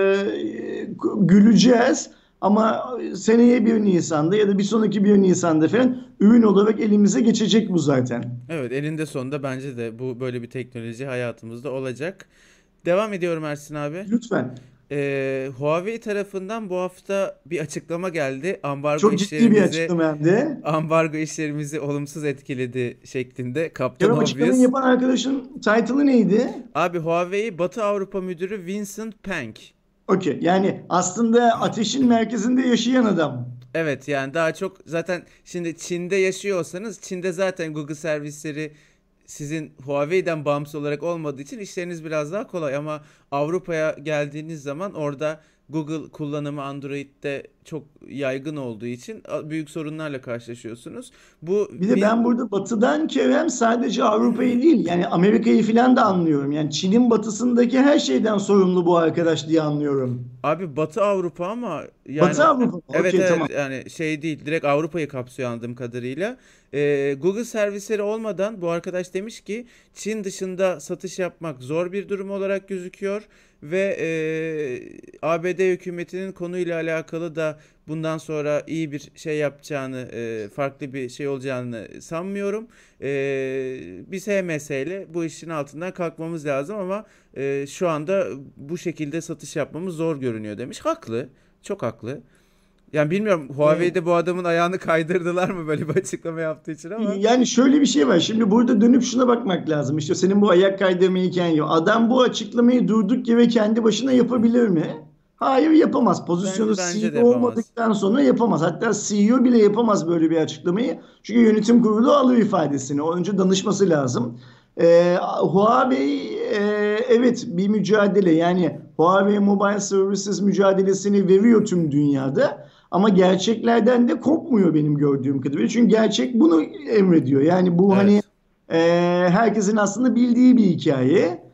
güleceğiz. Ama seneye bir Nisan'da ya da bir sonraki bir Nisan'da falan ürün olarak elimize geçecek bu zaten. Evet, elinde sonunda bence de bu böyle bir teknoloji hayatımızda olacak. Devam ediyorum Ersin abi. Lütfen. Huawei tarafından bu hafta bir açıklama geldi. Çok ciddi bir açıklama hem de. Ambargo işlerimizi olumsuz etkiledi şeklinde. Captain Kerem açıklamayı Obvious. yapan arkadaşın title'ı neydi? Abi Huawei Batı Avrupa Müdürü Vincent Peng. Okey. Yani aslında ateşin merkezinde yaşayan adam. Evet, yani daha çok zaten şimdi Çin'de yaşıyorsanız Çin'de zaten Google servisleri sizin Huawei'den bağımsız olarak olmadığı için işleriniz biraz daha kolay, ama Avrupa'ya geldiğiniz zaman orada Google kullanımı Android'de çok yaygın olduğu için büyük sorunlarla karşılaşıyorsunuz. Bu Bir de ben burada batıdan Kerem sadece Avrupa'yı değil yani Amerika'yı falan da anlıyorum. Yani Çin'in batısındaki her şeyden sorumlu bu arkadaş diye anlıyorum. Abi Batı Avrupa ama yani Batı Avrupa mı? evet Okey evet, tamam. yani şey değil, direkt Avrupa'yı kapsıyor anladığım kadarıyla. Google servisleri olmadan bu arkadaş demiş ki Çin dışında satış yapmak zor bir durum olarak gözüküyor ve ABD hükümetinin konuyla alakalı da bundan sonra iyi bir şey yapacağını, farklı bir şey olacağını sanmıyorum. Biz HMS ile bu işin altından kalkmamız lazım ama şu anda bu şekilde satış yapmamız zor görünüyor demiş. Haklı. Çok haklı. Yani bilmiyorum, Ee, Huawei'de bu adamın ayağını kaydırdılar mı böyle bir açıklama yaptığı için ama. Yani şöyle bir şey var. Şimdi burada dönüp şuna bakmak lazım. İşte senin bu ayak kaydırma hikayen yok. Adam bu açıklamayı durduk yere kendi başına yapabilir mi? Hayır yapamaz. Pozisyonu Bence de CEO yapamaz. olmadıktan sonra yapamaz. Hatta CEO bile yapamaz böyle bir açıklamayı. Çünkü yönetim kurulu alır ifadesini. Önce danışması lazım. Huawei evet bir mücadele yani Huawei Mobile Services mücadelesini veriyor tüm dünyada. Ama gerçeklerden de kopmuyor benim gördüğüm kadarıyla. Çünkü gerçek bunu emrediyor. Yani bu hani Evet. e, herkesin aslında bildiği bir hikaye.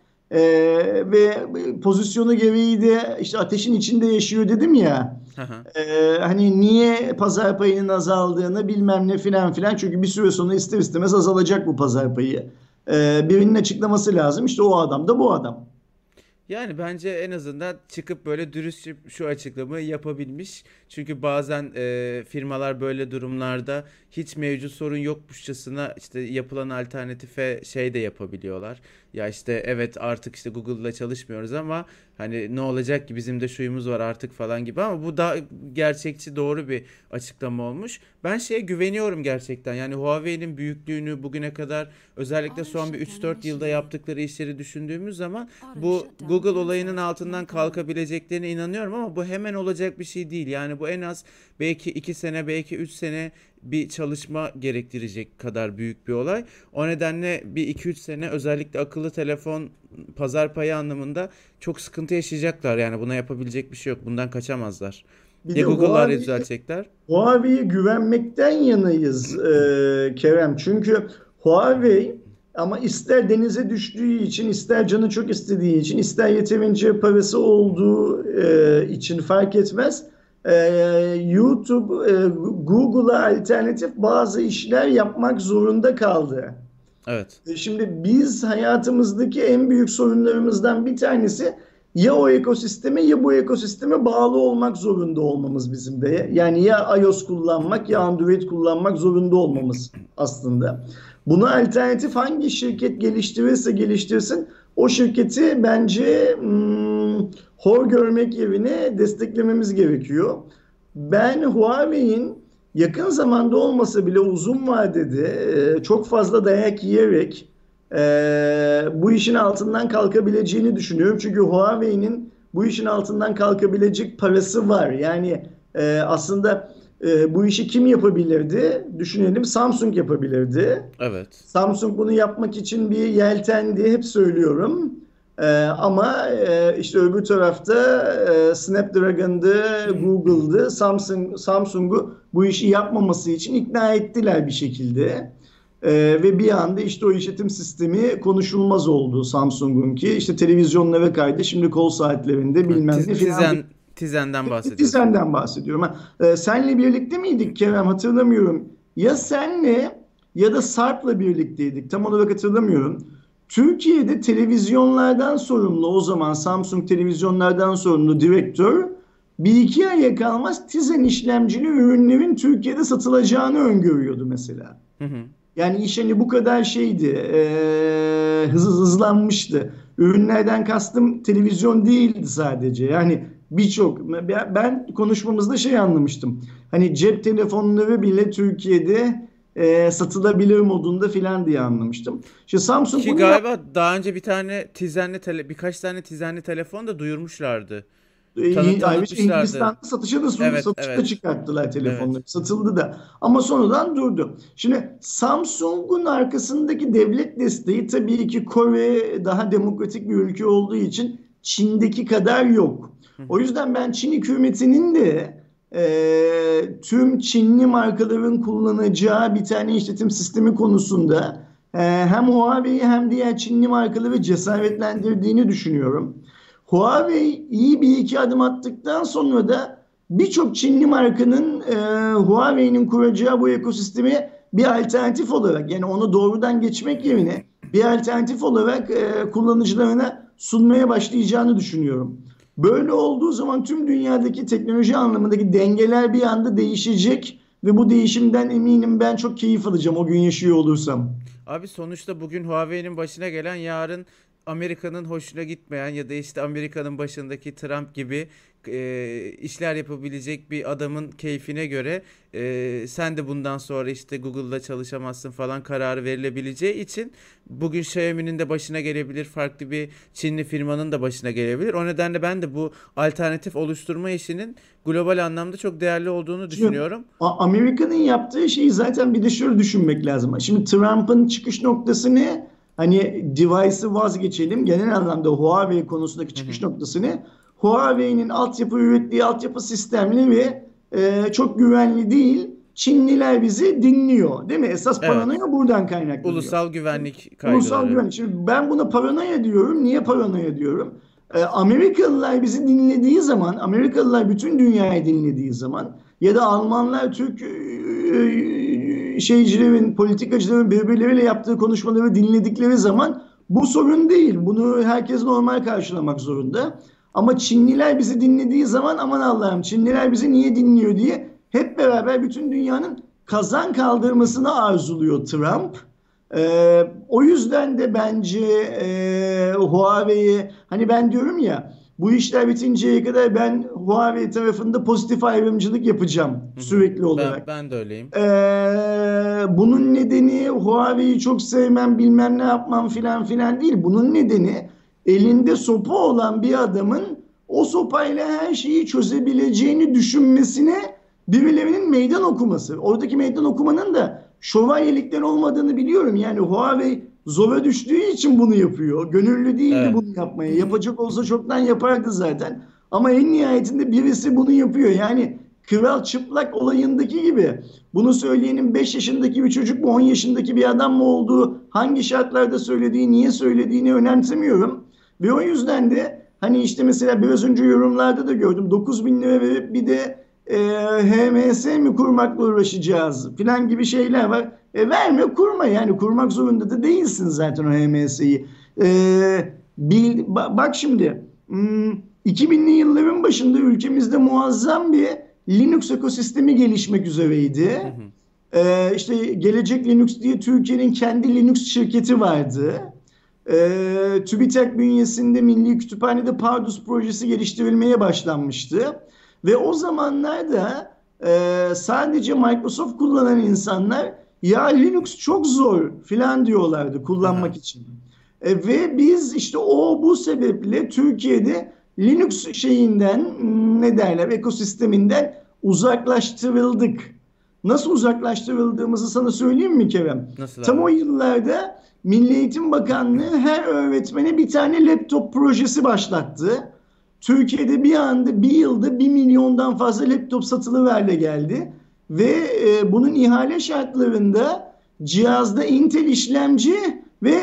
Ve pozisyonu gereği de işte ateşin içinde yaşıyor dedim ya. Hı hı. Hani niye pazar payının azaldığını bilmem ne filan filan. Çünkü bir süre sonra ister istemez azalacak bu pazar payı. Birinin açıklaması lazım. İşte o adam da bu adam. Yani bence en azından çıkıp böyle dürüstçe şu açıklamayı yapabilmiş. Çünkü bazen firmalar böyle durumlarda hiç mevcut sorun yokmuşçasına işte yapılan alternatife şey de yapabiliyorlar. Ya işte evet artık işte Google'la çalışmıyoruz ama hani ne olacak ki, bizim de şuyumuz var artık falan gibi, ama bu da gerçekçi, doğru bir açıklama olmuş. Ben şeye güveniyorum gerçekten. Yani Huawei'nin büyüklüğünü bugüne kadar, özellikle son bir 3-4 yılda yaptıkları işleri düşündüğümüz zaman bu Google olayının altından kalkabileceklerine inanıyorum, ama bu hemen olacak bir şey değil. Yani bu en az belki 2 sene, belki 3 sene bir çalışma gerektirecek kadar büyük bir olay. O nedenle bir 2-3 sene özellikle akıllı telefon pazar payı anlamında çok sıkıntı yaşayacaklar. Yani buna yapabilecek bir şey yok. Bundan kaçamazlar. Bir Ya de Google'lar ya düzeltecekler. Huawei'ye güvenmekten yanayız Kerem. Çünkü Huawei ama ister denize düştüğü için, ister canı çok istediği için, ister yeterince parası olduğu için fark etmez. E, YouTube, Google'a alternatif bazı işler yapmak zorunda kaldı. Evet. Şimdi biz hayatımızdaki en büyük sorunlarımızdan bir tanesi ya o ekosisteme ya bu ekosisteme bağlı olmak zorunda olmamız bizim de. Yani ya iOS kullanmak ya Android kullanmak zorunda olmamız aslında. Buna alternatif hangi şirket geliştirirse geliştirsin o şirketi bence hor görmek yerine desteklememiz gerekiyor. Ben Huawei'in yakın zamanda olmasa bile uzun vadede çok fazla dayak yiyerek bu işin altından kalkabileceğini düşünüyorum. Çünkü Huawei'nin bu işin altından kalkabilecek parası var. Yani aslında bu işi kim yapabilirdi? Düşünelim, Samsung yapabilirdi. Evet. Samsung bunu yapmak için bir yeltendi, hep söylüyorum. Ama işte öbür tarafta Snapdragon'dı, Google'dı, Samsung'u bu işi yapmaması için ikna ettiler bir şekilde. Ve bir anda işte o işletim sistemi konuşulmaz oldu Samsung'un ki. İşte televizyonlara kaydı, şimdi kol saatlerinde Ha, bilmem ne filan. Tizen'den bahsediyorsun. Senden bahsediyorum. Senle birlikte miydik Kerem? Hatırlamıyorum. Ya senle ya da Sarp'la birlikteydik. Tam olarak hatırlamıyorum. Türkiye'de televizyonlardan sorumlu, o zaman Samsung televizyonlardan sorumlu direktör bir iki aya kalmaz Tizen işlemcili ürünlerin Türkiye'de satılacağını öngörüyordu mesela. Hı hı. Yani iş hani bu kadar şeydi, hızlanmıştı. Ürünlerden kastım televizyon değildi sadece. Yani birçok, ben konuşmamızda şey anlamıştım. Hani cep telefonları bile Türkiye'de satılabilir modunda filan diye anlamıştım. İşte Samsung Ki bunu yap. galiba daha önce birkaç tane tizenli telefon da duyurmuşlardı. Ayrıca Tanıtmışlardı. Hindistan'da satışa da Evet, satışa da evet, çıkarttılar telefonları. evet. Satıldı da. Ama sonradan durdu. Şimdi Samsung'un arkasındaki devlet desteği tabii ki Kore daha demokratik bir ülke olduğu için Çin'deki kadar yok. Hı O hı. yüzden ben Çin hükümetinin de tüm Çinli markaların kullanacağı bir tane işletim sistemi konusunda hem Huawei'yi hem diğer Çinli markaları cesaretlendirdiğini düşünüyorum. Huawei iyi bir iki adım attıktan sonra da birçok Çinli markanın Huawei'nin kuracağı bu ekosistemi bir alternatif olarak, yani onu doğrudan geçmek yerine bir alternatif olarak kullanıcılarına sunmaya başlayacağını düşünüyorum. Böyle olduğu zaman tüm dünyadaki teknoloji anlamındaki dengeler bir anda değişecek ve bu değişimden eminim ben çok keyif alacağım o gün yaşıyor olursam. Abi sonuçta bugün Huawei'nin başına gelen yarın Amerika'nın hoşuna gitmeyen ya da işte Amerika'nın başındaki Trump gibi işler yapabilecek bir adamın keyfine göre sen de bundan sonra işte Google'da çalışamazsın falan kararı verilebileceği için bugün Xiaomi'nin de başına gelebilir, farklı bir Çinli firmanın da başına gelebilir. O nedenle ben de bu alternatif oluşturma işinin global anlamda çok değerli olduğunu Şimdi düşünüyorum. Amerika'nın yaptığı şeyi zaten bir de şöyle düşünmek lazım. Şimdi Trump'ın çıkış noktası ne? Hani device'ı vazgeçelim. Genel anlamda Huawei konusundaki Hı çıkış hı. noktası ne? Huawei'nin ürettiği altyapı sistemli ve çok güvenli değil. Çinliler bizi dinliyor, değil mi? Esas Evet. paranoya buradan kaynaklanıyor. Ulusal güvenlik Ulusal kaygıları. güvenlik. Şimdi ben buna paranoya diyorum. Niye paranoya diyorum? Amerikalılar bizi dinlediği zaman, Amerikalılar bütün dünyayı dinlediği zaman ya da Almanlar Türk şeycilerin, politikacıların birbirleriyle yaptığı konuşmaları dinledikleri zaman bu sorun değil. Bunu herkes normal karşılamak zorunda. Ama Çinliler bizi dinlediği zaman aman Allah'ım Çinliler bizi niye dinliyor diye hep beraber bütün dünyanın kazan kaldırmasını arzuluyor Trump. O yüzden de bence Huawei'yi, hani ben diyorum ya, bu işler bitinceye kadar ben Huawei tarafında pozitif ayrımcılık yapacağım Hı hı. sürekli olarak. Ben de öyleyim. Bunun nedeni Huawei'yi çok sevmem bilmem ne yapmam filan filan değil. Bunun nedeni elinde sopa olan bir adamın o sopayla her şeyi çözebileceğini düşünmesine birilerinin meydan okuması. Oradaki meydan okumanın da şövalyelikten olmadığını biliyorum. Yani Huawei zora düştüğü için bunu yapıyor. Gönüllü değildi Evet. bunu yapmaya. Yapacak olsa çoktan yapardı zaten. Ama en nihayetinde birisi bunu yapıyor. Yani Kral Çıplak olayındaki gibi bunu söyleyenin 5 yaşındaki bir çocuk mu 10 yaşındaki bir adam mı olduğu, hangi şartlarda söylediği, niye söylediğini önemsemiyorum. Ve o yüzden de hani işte mesela biraz önce yorumlarda da gördüm, 9 bin lira verip bir de HMS mi kurmakla uğraşacağız falan gibi şeyler var. Verme, kurma, yani kurmak zorunda da değilsin zaten o HMS'yi. Bak şimdi 2000'li yılların başında ülkemizde muazzam bir Linux ekosistemi gelişmek üzereydi. Hı hı. İşte Gelecek Linux diye Türkiye'nin kendi Linux şirketi vardı. TÜBİTAK bünyesinde Milli Kütüphane'de Pardus projesi geliştirilmeye başlanmıştı. Ve o zamanlarda sadece Microsoft kullanan insanlar ya Linux çok zor filan diyorlardı Aha. kullanmak için. Ve biz işte bu sebeple Türkiye'de Linux şeyinden ne derler ekosisteminden uzaklaştırıldık. Nasıl uzaklaştırıldığımızı sana söyleyeyim mi Kerem? Nasıl Tam abi? o yıllarda Milli Eğitim Bakanlığı her öğretmene bir tane laptop projesi başlattı. Türkiye'de bir anda bir yılda 1 milyondan fazla laptop satılıverle geldi. Ve bunun ihale şartlarında cihazda Intel işlemci ve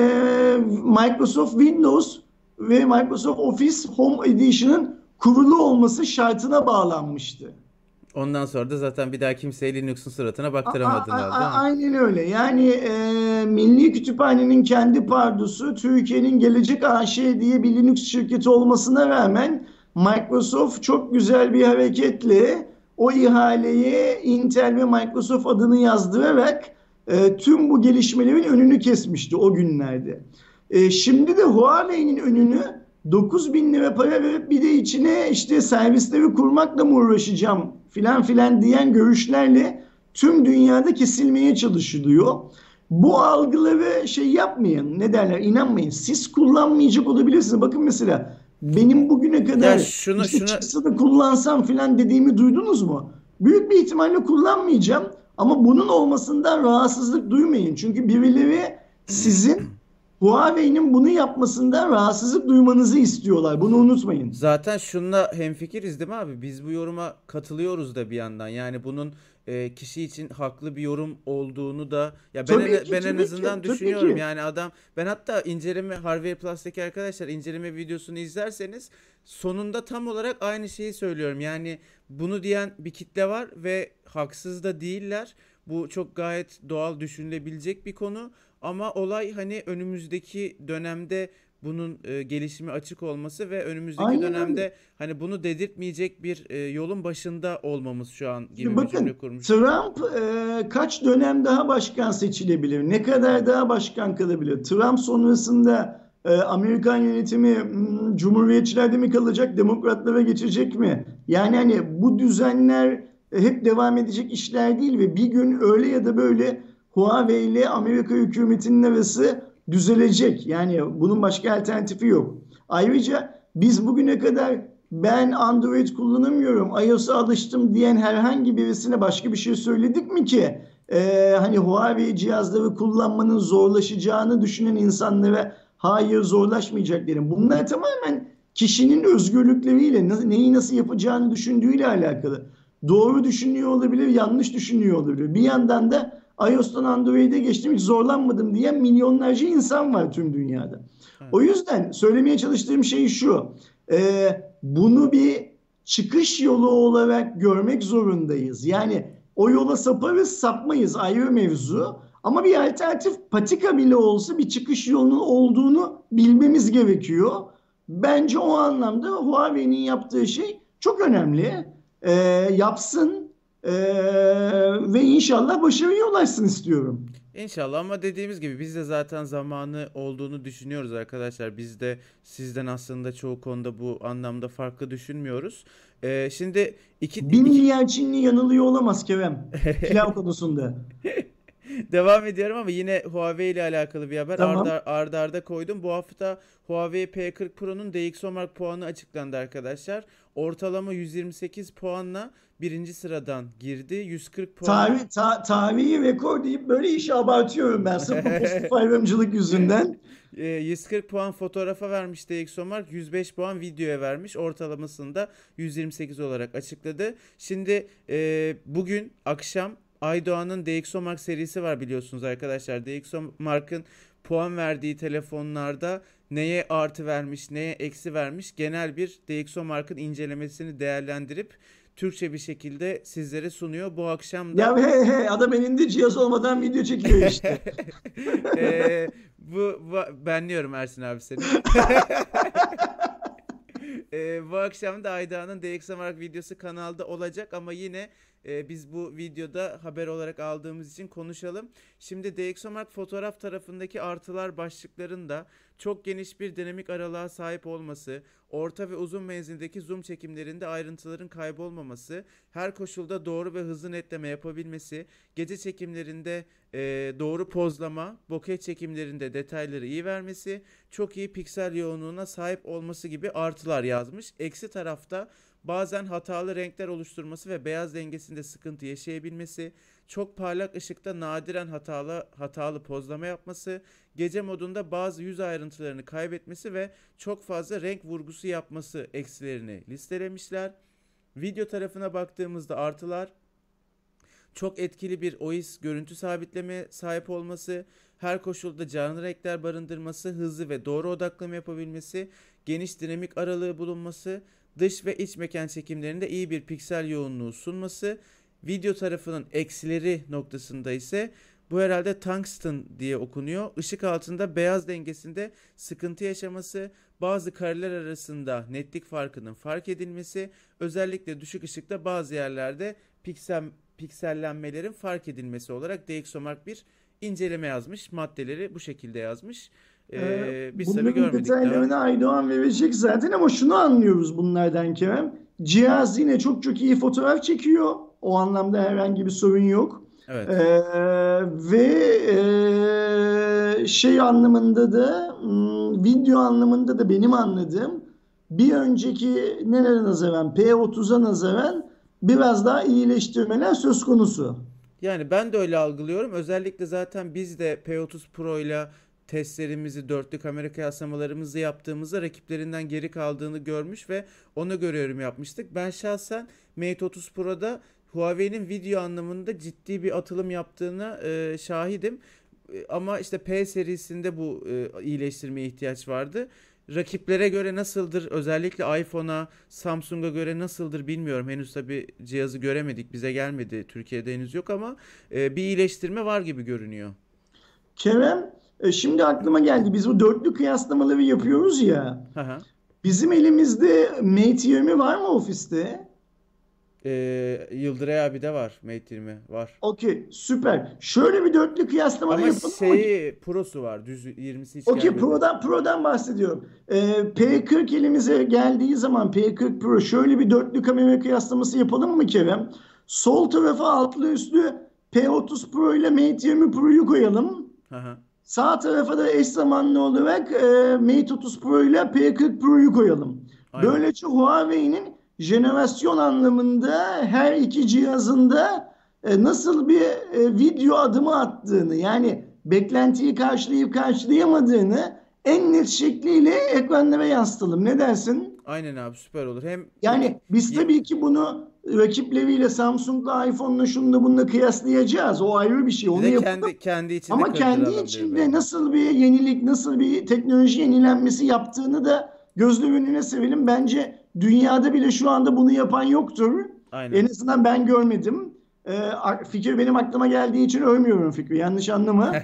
Microsoft Windows ve Microsoft Office Home Edition'ın kurulu olması şartına bağlanmıştı. Ondan sonra da zaten bir daha kimseye Linux'un suratına baktıramadılar, değil mi? Aynen öyle. Yani Milli Kütüphane'nin kendi pardusu Türkiye'nin Gelecek AŞ diye bir Linux şirketi olmasına rağmen Microsoft çok güzel bir hareketle o ihaleye Intel ve Microsoft adını yazdırarak tüm bu gelişmelerin önünü kesmişti o günlerde. Şimdi de Huawei'nin önünü 9.000 lira para verip bir de içine işte servisleri kurmakla mı uğraşacağım filan filan diyen görüşlerle tüm dünyada kesilmeye çalışılıyor. Bu algıları şey yapmayın, ne derler, inanmayın. Siz kullanmayacak olabilirsiniz. Bakın mesela benim bugüne Ya kadar şunu işte şunu çıksa da kullansam filan dediğimi duydunuz mu? Büyük bir ihtimalle kullanmayacağım ama bunun olmasından rahatsızlık duymayın. Çünkü birileri sizin Huawei'nin bunu yapmasından rahatsızlık duymanızı istiyorlar. Bunu unutmayın. zaten şunla hemfikiriz değil mi abi? Biz bu yoruma katılıyoruz da bir yandan. Yani bunun kişi için haklı bir yorum olduğunu da ya Tabii ki, ben en tabii ki, azından tabii düşünüyorum. ki. Yani adam, ben hatta inceleme Harvey Plus'taki arkadaşlar, inceleme videosunu izlerseniz sonunda tam olarak aynı şeyi söylüyorum. Yani bunu diyen bir kitle var ve haksız da değiller. Bu çok gayet doğal, düşünülebilecek bir konu. Ama olay hani önümüzdeki dönemde bunun gelişimi açık olması ve önümüzdeki Aynen öyle. dönemde hani bunu dedirtmeyecek bir yolun başında olmamız şu an Şimdi gibi bir cümle bakın kurmuştum. Trump kaç dönem daha başkan seçilebilir? Ne kadar daha başkan kalabilir? Trump sonrasında Amerikan yönetimi Cumhuriyetçilerde mi kalacak, demokratlara geçecek mi? Yani hani bu düzenler hep devam edecek işler değil ve bir gün öyle ya da böyle Huawei ile Amerika hükümetinin arası düzelecek. Yani bunun başka alternatifi yok. Ayrıca biz bugüne kadar ben Android kullanamıyorum, iOS'a alıştım diyen herhangi birisine başka bir şey söyledik mi ki? Hani Huawei cihazları kullanmanın zorlaşacağını düşünen insanlara hayır zorlaşmayacak derim. Bunlar tamamen kişinin özgürlükleriyle neyi nasıl yapacağını düşündüğüyle alakalı. Doğru düşünüyor olabilir, yanlış düşünüyor olabilir. Bir yandan da iOS'tan Android'e geçtim hiç zorlanmadım diyen milyonlarca insan var tüm dünyada. Evet. O yüzden söylemeye çalıştığım şey şu. Bunu bir çıkış yolu olarak görmek zorundayız. Yani o yola saparız sapmayız ayrı mevzu. Ama bir alternatif patika bile olsa bir çıkış yolunun olduğunu bilmemiz gerekiyor. Bence o anlamda Huawei'nin yaptığı şey çok önemli. Yapsın ve inşallah başarıya ulaşsın istiyorum. İnşallah, ama dediğimiz gibi biz de zaten zamanı olduğunu düşünüyoruz arkadaşlar. Biz de sizden aslında çoğu konuda bu anlamda farklı düşünmüyoruz. Şimdi Bir iki milyar Çinli yanılıyor olamaz Kerem. Pilav konusunda. devam ediyorum ama yine Huawei ile alakalı bir haber Tamam. arda koydum. Bu hafta Huawei P40 Pro'nun DxOMark puanı açıklandı arkadaşlar. Ortalama 128 puanla birinci sıradan girdi. 140 puanla Tarihi rekor deyip böyle işi abartıyorum ben. Sırf bu pozitif ayrımcılık yüzünden. 140 puan fotoğrafa vermiş DxOMark, 105 puan videoya vermiş. Ortalamasını da 128 olarak açıkladı. Şimdi bugün akşam Aydoğan'ın DxOMark serisi var biliyorsunuz arkadaşlar. DxOMark'ın puan verdiği telefonlarda neye artı vermiş, neye eksi vermiş, genel bir DxOMark'ın incelemesini değerlendirip Türkçe bir şekilde sizlere sunuyor. Bu akşam Ya da he adam elinde cihaz olmadan video çekiyor işte. benliyorum Ersin abi seni. Bu akşam da Ayda'nın DxOMark videosu kanalda olacak ama yine biz bu videoda haber olarak aldığımız için konuşalım. Şimdi DxOMark fotoğraf tarafındaki artılar başlıklarında çok geniş bir dinamik aralığa sahip olması, orta ve uzun menzildeki zoom çekimlerinde ayrıntıların kaybolmaması, her koşulda doğru ve hızlı netleme yapabilmesi, gece çekimlerinde doğru pozlama, bokeh çekimlerinde detayları iyi vermesi, çok iyi piksel yoğunluğuna sahip olması gibi artılar yazmış. Eksi tarafta bazen hatalı renkler oluşturması ve beyaz dengesinde sıkıntı yaşayabilmesi, çok parlak ışıkta nadiren hatalı pozlama yapması, gece modunda bazı yüz ayrıntılarını kaybetmesi ve çok fazla renk vurgusu yapması eksilerini listelemişler. Video tarafına baktığımızda artılar: çok etkili bir OIS görüntü sabitleme sahip olması, her koşulda canlı renkler barındırması, hızlı ve doğru odaklama yapabilmesi, geniş dinamik aralığı bulunması, dış ve iç mekan çekimlerinde iyi bir piksel yoğunluğu sunması. Video tarafının eksileri noktasında ise bu herhalde tungsten diye okunuyor. Işık altında beyaz dengesinde sıkıntı yaşaması, bazı kareler arasında netlik farkının fark edilmesi, özellikle düşük ışıkta bazı yerlerde piksellenmelerin fark edilmesi olarak DxOMark bir inceleme yazmış. Maddeleri bu şekilde yazmış. Biz tabii Bunların görmedik daha. detaylarını Aydoğan verecek zaten ama şunu anlıyoruz bunlardan Kerem. Cihaz yine çok çok iyi fotoğraf çekiyor. O anlamda herhangi bir sorun yok. Evet. Ve şey anlamında da video anlamında da benim anladığım bir önceki nelere nazaran P30'a nazaran biraz daha iyileştirmeler söz konusu. Yani ben de öyle algılıyorum. Özellikle zaten biz de P30 Pro ile testlerimizi, dörtlü kamera kıyaslamalarımızı yaptığımızda rakiplerinden geri kaldığını görmüş ve ona göre yorum yapmıştık. Ben şahsen Mate 30 Pro'da Huawei'nin video anlamında ciddi bir atılım yaptığına şahidim. Ama işte P serisinde bu iyileştirmeye ihtiyaç vardı. Rakiplere göre nasıldır? Özellikle iPhone'a, Samsung'a göre nasıldır bilmiyorum. Henüz tabii cihazı göremedik. Bize gelmedi. Türkiye'de henüz yok ama bir iyileştirme var gibi görünüyor. Kerem, şimdi aklıma geldi. Biz bu dörtlü kıyaslamaları yapıyoruz ya. Hı hı. Bizim elimizde Mate 20 var mı ofiste? Yıldıray abi de var. Mate 20 var. Okey, süper. Şöyle bir dörtlü kıyaslamada Ama yapalım mı? Pro'su var. Düz 20'si hiç Okey, gelmedi. Pro'dan bahsediyorum. P40 elimize geldiği zaman P40 Pro şöyle bir dörtlü kamera kıyaslaması yapalım mı Kerem? Sol tarafa altlı üstlü P30 Pro ile Mate 20 Pro'yu koyalım. Hı hı. Sağ tarafa da eş zamanlı olarak Mate 30 Pro ile P40 Pro'yu koyalım. Aynen. Böylece Huawei'nin jenerasyon anlamında her iki cihazında nasıl bir video adımı attığını, yani beklentiyi karşılayıp karşılayamadığını en net şekliyle ekranlara yansıtalım. Ne dersin? Aynen abi, süper olur. Hem Yani biz ye- tabii ki bunu rakipleriyle Samsung'la, iPhone'la, şununla bununla kıyaslayacağız. O ayrı bir şey. bir Onu de yapalım. kendi içinde Ama kendi kırdıralım içinde birbirine. nasıl bir yenilik, nasıl bir teknoloji yenilenmesi yaptığını da gözle önüne serelim. Bence dünyada bile şu anda bunu yapan yoktur. En Aynen. azından ben görmedim. Fikir benim aklıma geldiği için övmüyorum Fikri. Yanlış anlama.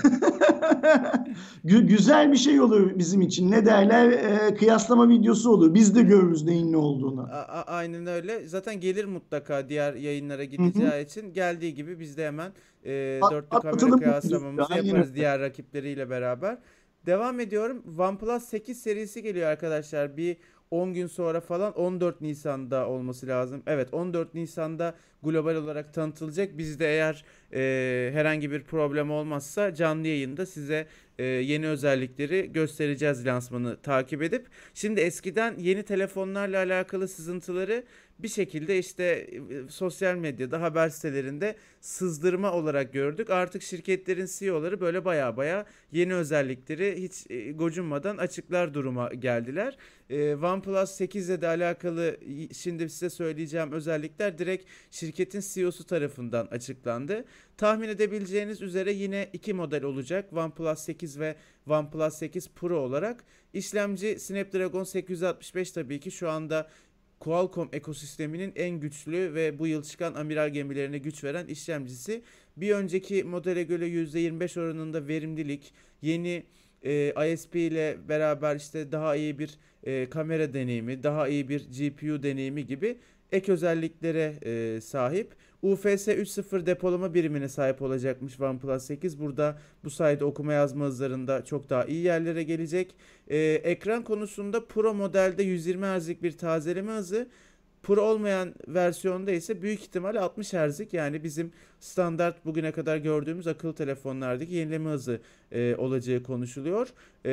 Güzel bir şey olur bizim için. Ne derler? Kıyaslama videosu olur. Biz de görürüz neyin ne olduğunu. Aynen öyle. Zaten gelir mutlaka, diğer yayınlara Hı hı. gideceği için geldiği gibi biz de hemen dörtlü kamera Atlatalım bu videoyu. kıyaslamamızı Aynen yaparız öyle. diğer rakipleriyle beraber. Devam ediyorum. OnePlus 8 serisi geliyor arkadaşlar. Bir 10 gün sonra falan, 14 Nisan'da olması lazım. Evet, 14 Nisan'da global olarak tanıtılacak. Biz de eğer herhangi bir problem olmazsa canlı yayında size yeni özellikleri göstereceğiz, lansmanı takip edip. Şimdi eskiden yeni telefonlarla alakalı sızıntıları bir şekilde işte sosyal medyada, haber sitelerinde sızdırma olarak gördük. Artık şirketlerin CEO'ları böyle baya baya yeni özellikleri hiç gocunmadan açıklar duruma geldiler. OnePlus 8 ile de alakalı şimdi size söyleyeceğim özellikler direkt şirketin CEO'su tarafından açıklandı. Tahmin edebileceğiniz üzere yine iki model olacak: OnePlus 8 ve OnePlus 8 Pro olarak. İşlemci Snapdragon 865, tabii ki şu anda Qualcomm ekosisteminin en güçlü ve bu yıl çıkan amiral gemilerine güç veren işlemcisi. Bir önceki modele göre %25 oranında verimlilik, yeni ISP ile beraber işte daha iyi bir kamera deneyimi, daha iyi bir GPU deneyimi gibi ek özelliklere sahip. UFS 3.0 depolama birimine sahip olacakmış OnePlus 8. Burada bu sayede okuma yazma hızlarında çok daha iyi yerlere gelecek. Ekran konusunda Pro modelde 120 Hz'lik bir tazeleme hızı. Pro olmayan versiyonda ise büyük ihtimalle 60 Hz'lik, yani bizim standart bugüne kadar gördüğümüz akıllı telefonlardaki yenileme hızı olacağı konuşuluyor.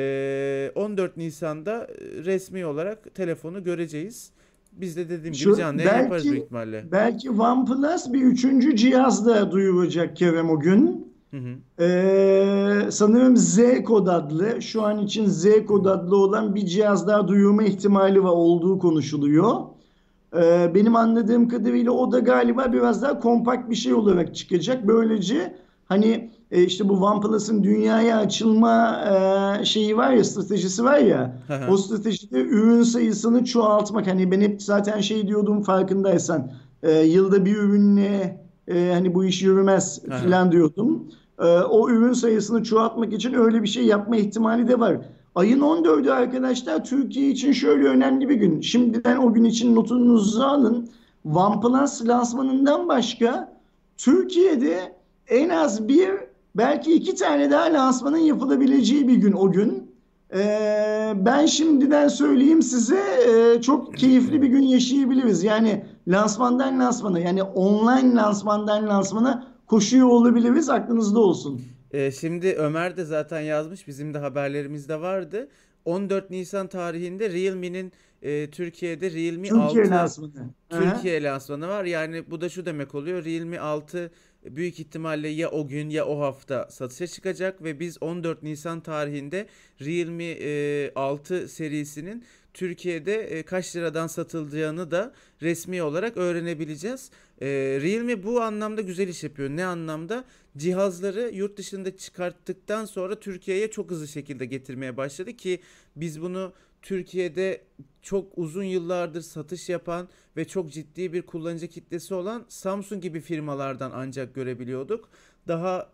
14 Nisan'da resmi olarak telefonu göreceğiz. Biz de dediğim gibi canlı yayın yaparız büyük ihtimalle. Belki OnePlus bir üçüncü cihaz da duyuracak Kerem o gün. Hı hı. Sanırım Z kod adlı, şu an için Z kod adlı olan bir cihaz daha duyurma ihtimali olduğu konuşuluyor. Benim anladığım kadarıyla o da galiba biraz daha kompakt bir şey olarak çıkacak. Böylece hani işte bu OnePlus'ın dünyaya açılma şeyi var ya, stratejisi var ya, Hı hı. o stratejide ürün sayısını çoğaltmak. Hani ben hep zaten şey diyordum, farkındaysan yılda bir ürünle hani bu iş yürümez Hı hı. filan diyordum. O ürün sayısını çoğaltmak için öyle bir şey yapma ihtimali de var. Ayın 14'ü arkadaşlar Türkiye için şöyle önemli bir gün. Şimdiden o gün için notunuzu alın. OnePlus lansmanından başka Türkiye'de en az bir, belki iki tane daha lansmanın yapılabileceği bir gün o gün. Ben şimdiden söyleyeyim size, çok keyifli bir gün yaşayabiliriz. Yani lansmandan lansmana, yani online lansmandan lansmana koşuyor olabiliriz. Aklınızda olsun. Şimdi Ömer de zaten yazmış, bizim de haberlerimizde vardı. 14 Nisan tarihinde Realme'nin Türkiye'de Realme Türkiye 6 lansmanı. Aha. Türkiye lansmanı var. Yani bu da şu demek oluyor: Realme 6 büyük ihtimalle ya o gün ya o hafta satışa çıkacak ve biz 14 Nisan tarihinde Realme 6 serisinin Türkiye'de kaç liradan satıldığını da resmi olarak öğrenebileceğiz. Realme bu anlamda güzel iş yapıyor. Ne anlamda? Cihazları yurt dışında çıkarttıktan sonra Türkiye'ye çok hızlı şekilde getirmeye başladı ki biz bunu Türkiye'de çok uzun yıllardır satış yapan ve çok ciddi bir kullanıcı kitlesi olan Samsung gibi firmalardan ancak görebiliyorduk. Daha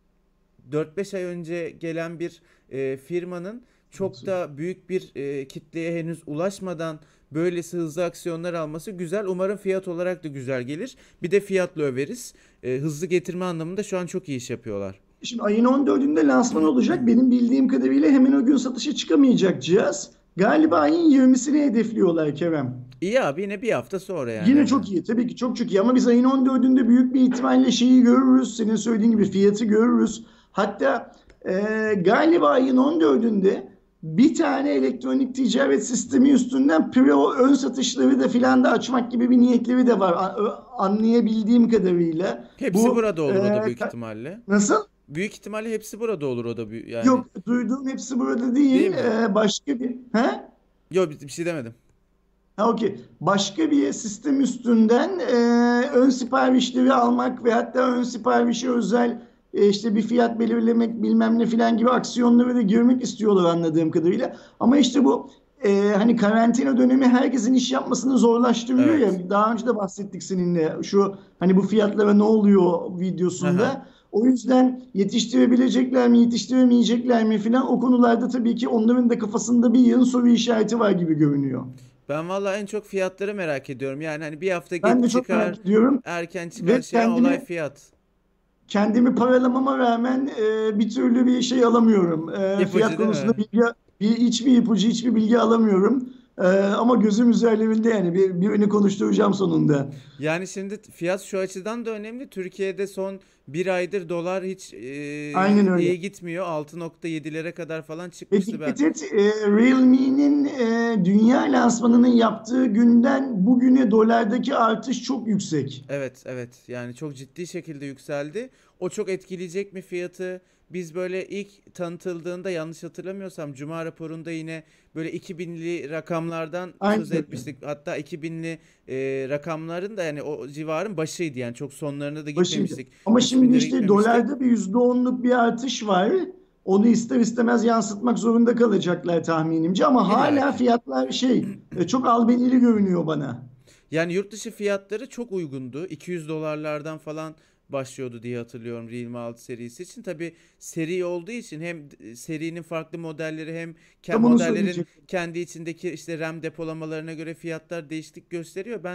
4-5 ay önce gelen bir firmanın çok da büyük bir kitleye henüz ulaşmadan böylesi hızlı aksiyonlar alması güzel. Umarım fiyat olarak da güzel gelir. Bir de fiyatla överiz. Hızlı getirme anlamında şu an çok iyi iş yapıyorlar. Şimdi ayın 14'ünde lansman olacak. Benim bildiğim kadarıyla hemen o gün satışa çıkamayacak cihaz. Galiba ayın 20'sini hedefliyorlar Kerem. İyi abi, yine bir hafta sonra yani Yine hemen. çok iyi. Tabii ki çok çok iyi. Ama biz ayın 14'ünde büyük bir ihtimalle şeyi görürüz. Senin söylediğin gibi fiyatı görürüz. Hatta galiba ayın 14'ünde bir tane elektronik ticaret sistemi üstünden ön satışları da filan da açmak gibi bir niyetleri de var. Anlayabildiğim kadarıyla. Hepsi Bu burada olur o da büyük ihtimalle. nasıl? Büyük ihtimalle hepsi burada olur o da yani. Yok, duyduğum hepsi burada Değil değil. mi? Başka bir... He? Yok, bir şey demedim. Ha, okey. Başka bir sistem üstünden ön siparişleri almak ve hatta ön siparişe özel işte bir fiyat belirlemek bilmem ne filan gibi aksiyonlara da girmek istiyorlar anladığım kadarıyla. Ama işte bu hani karantina dönemi herkesin iş yapmasını zorlaştırıyor Evet. ya. Daha önce de bahsettik seninle şu hani bu fiyatlara ne oluyor Aha. videosunda. O yüzden yetiştirebilecekler mi, yetiştiremeyecekler mi filan, o konularda tabii ki onların da kafasında bir yığın soru işareti var gibi görünüyor. Ben vallahi en çok fiyatları merak ediyorum. Yani hani bir hafta Ben geç de çok çıkar, merak ediyorum erken çıkar, ve şey, olay fiyat. kendimi paralamama rağmen bir türlü bir şey alamıyorum. Fiyat İpucu değil konusunda mi? hiçbir ipucu, hiçbir bilgi alamıyorum. Ama gözüm üzerlerinde, yani birini konuşturacağım sonunda. Yani şimdi fiyat şu açıdan da önemli. Türkiye'de son bir aydır dolar hiç Aynen öyle. iyi gitmiyor. 6.7'lere kadar falan Ve çıkmıştı ben. dikkat et, Realme'nin dünya lansmanının yaptığı günden bugüne dolardaki artış çok yüksek. Evet, evet. Yani çok ciddi şekilde yükseldi. O çok etkileyecek mi fiyatı? Biz böyle ilk tanıtıldığında, yanlış hatırlamıyorsam Cuma raporunda yine böyle 2000'li rakamlardan Aynen söz öyle. etmiştik. Hatta 2000'li rakamların da yani o civarın başıydı. Yani çok sonlarına da Başıydı. gitmemiştik. Ama Üst şimdi binlere işte gitmemiştik. dolarda bir %10'luk bir artış var. Onu ister istemez yansıtmak zorunda kalacaklar tahminimce. Ama İlla hala ki. fiyatlar çok albenili görünüyor bana. Yani yurt dışı fiyatları çok uygundu. 200 dolarlardan falan başlıyordu diye hatırlıyorum Realme 6 serisi için. Tabii seri olduğu için hem serinin farklı modelleri hem Tam onu modellerin söyleyecektim. kendi içindeki işte RAM depolamalarına göre fiyatlar değişiklik gösteriyor. Ben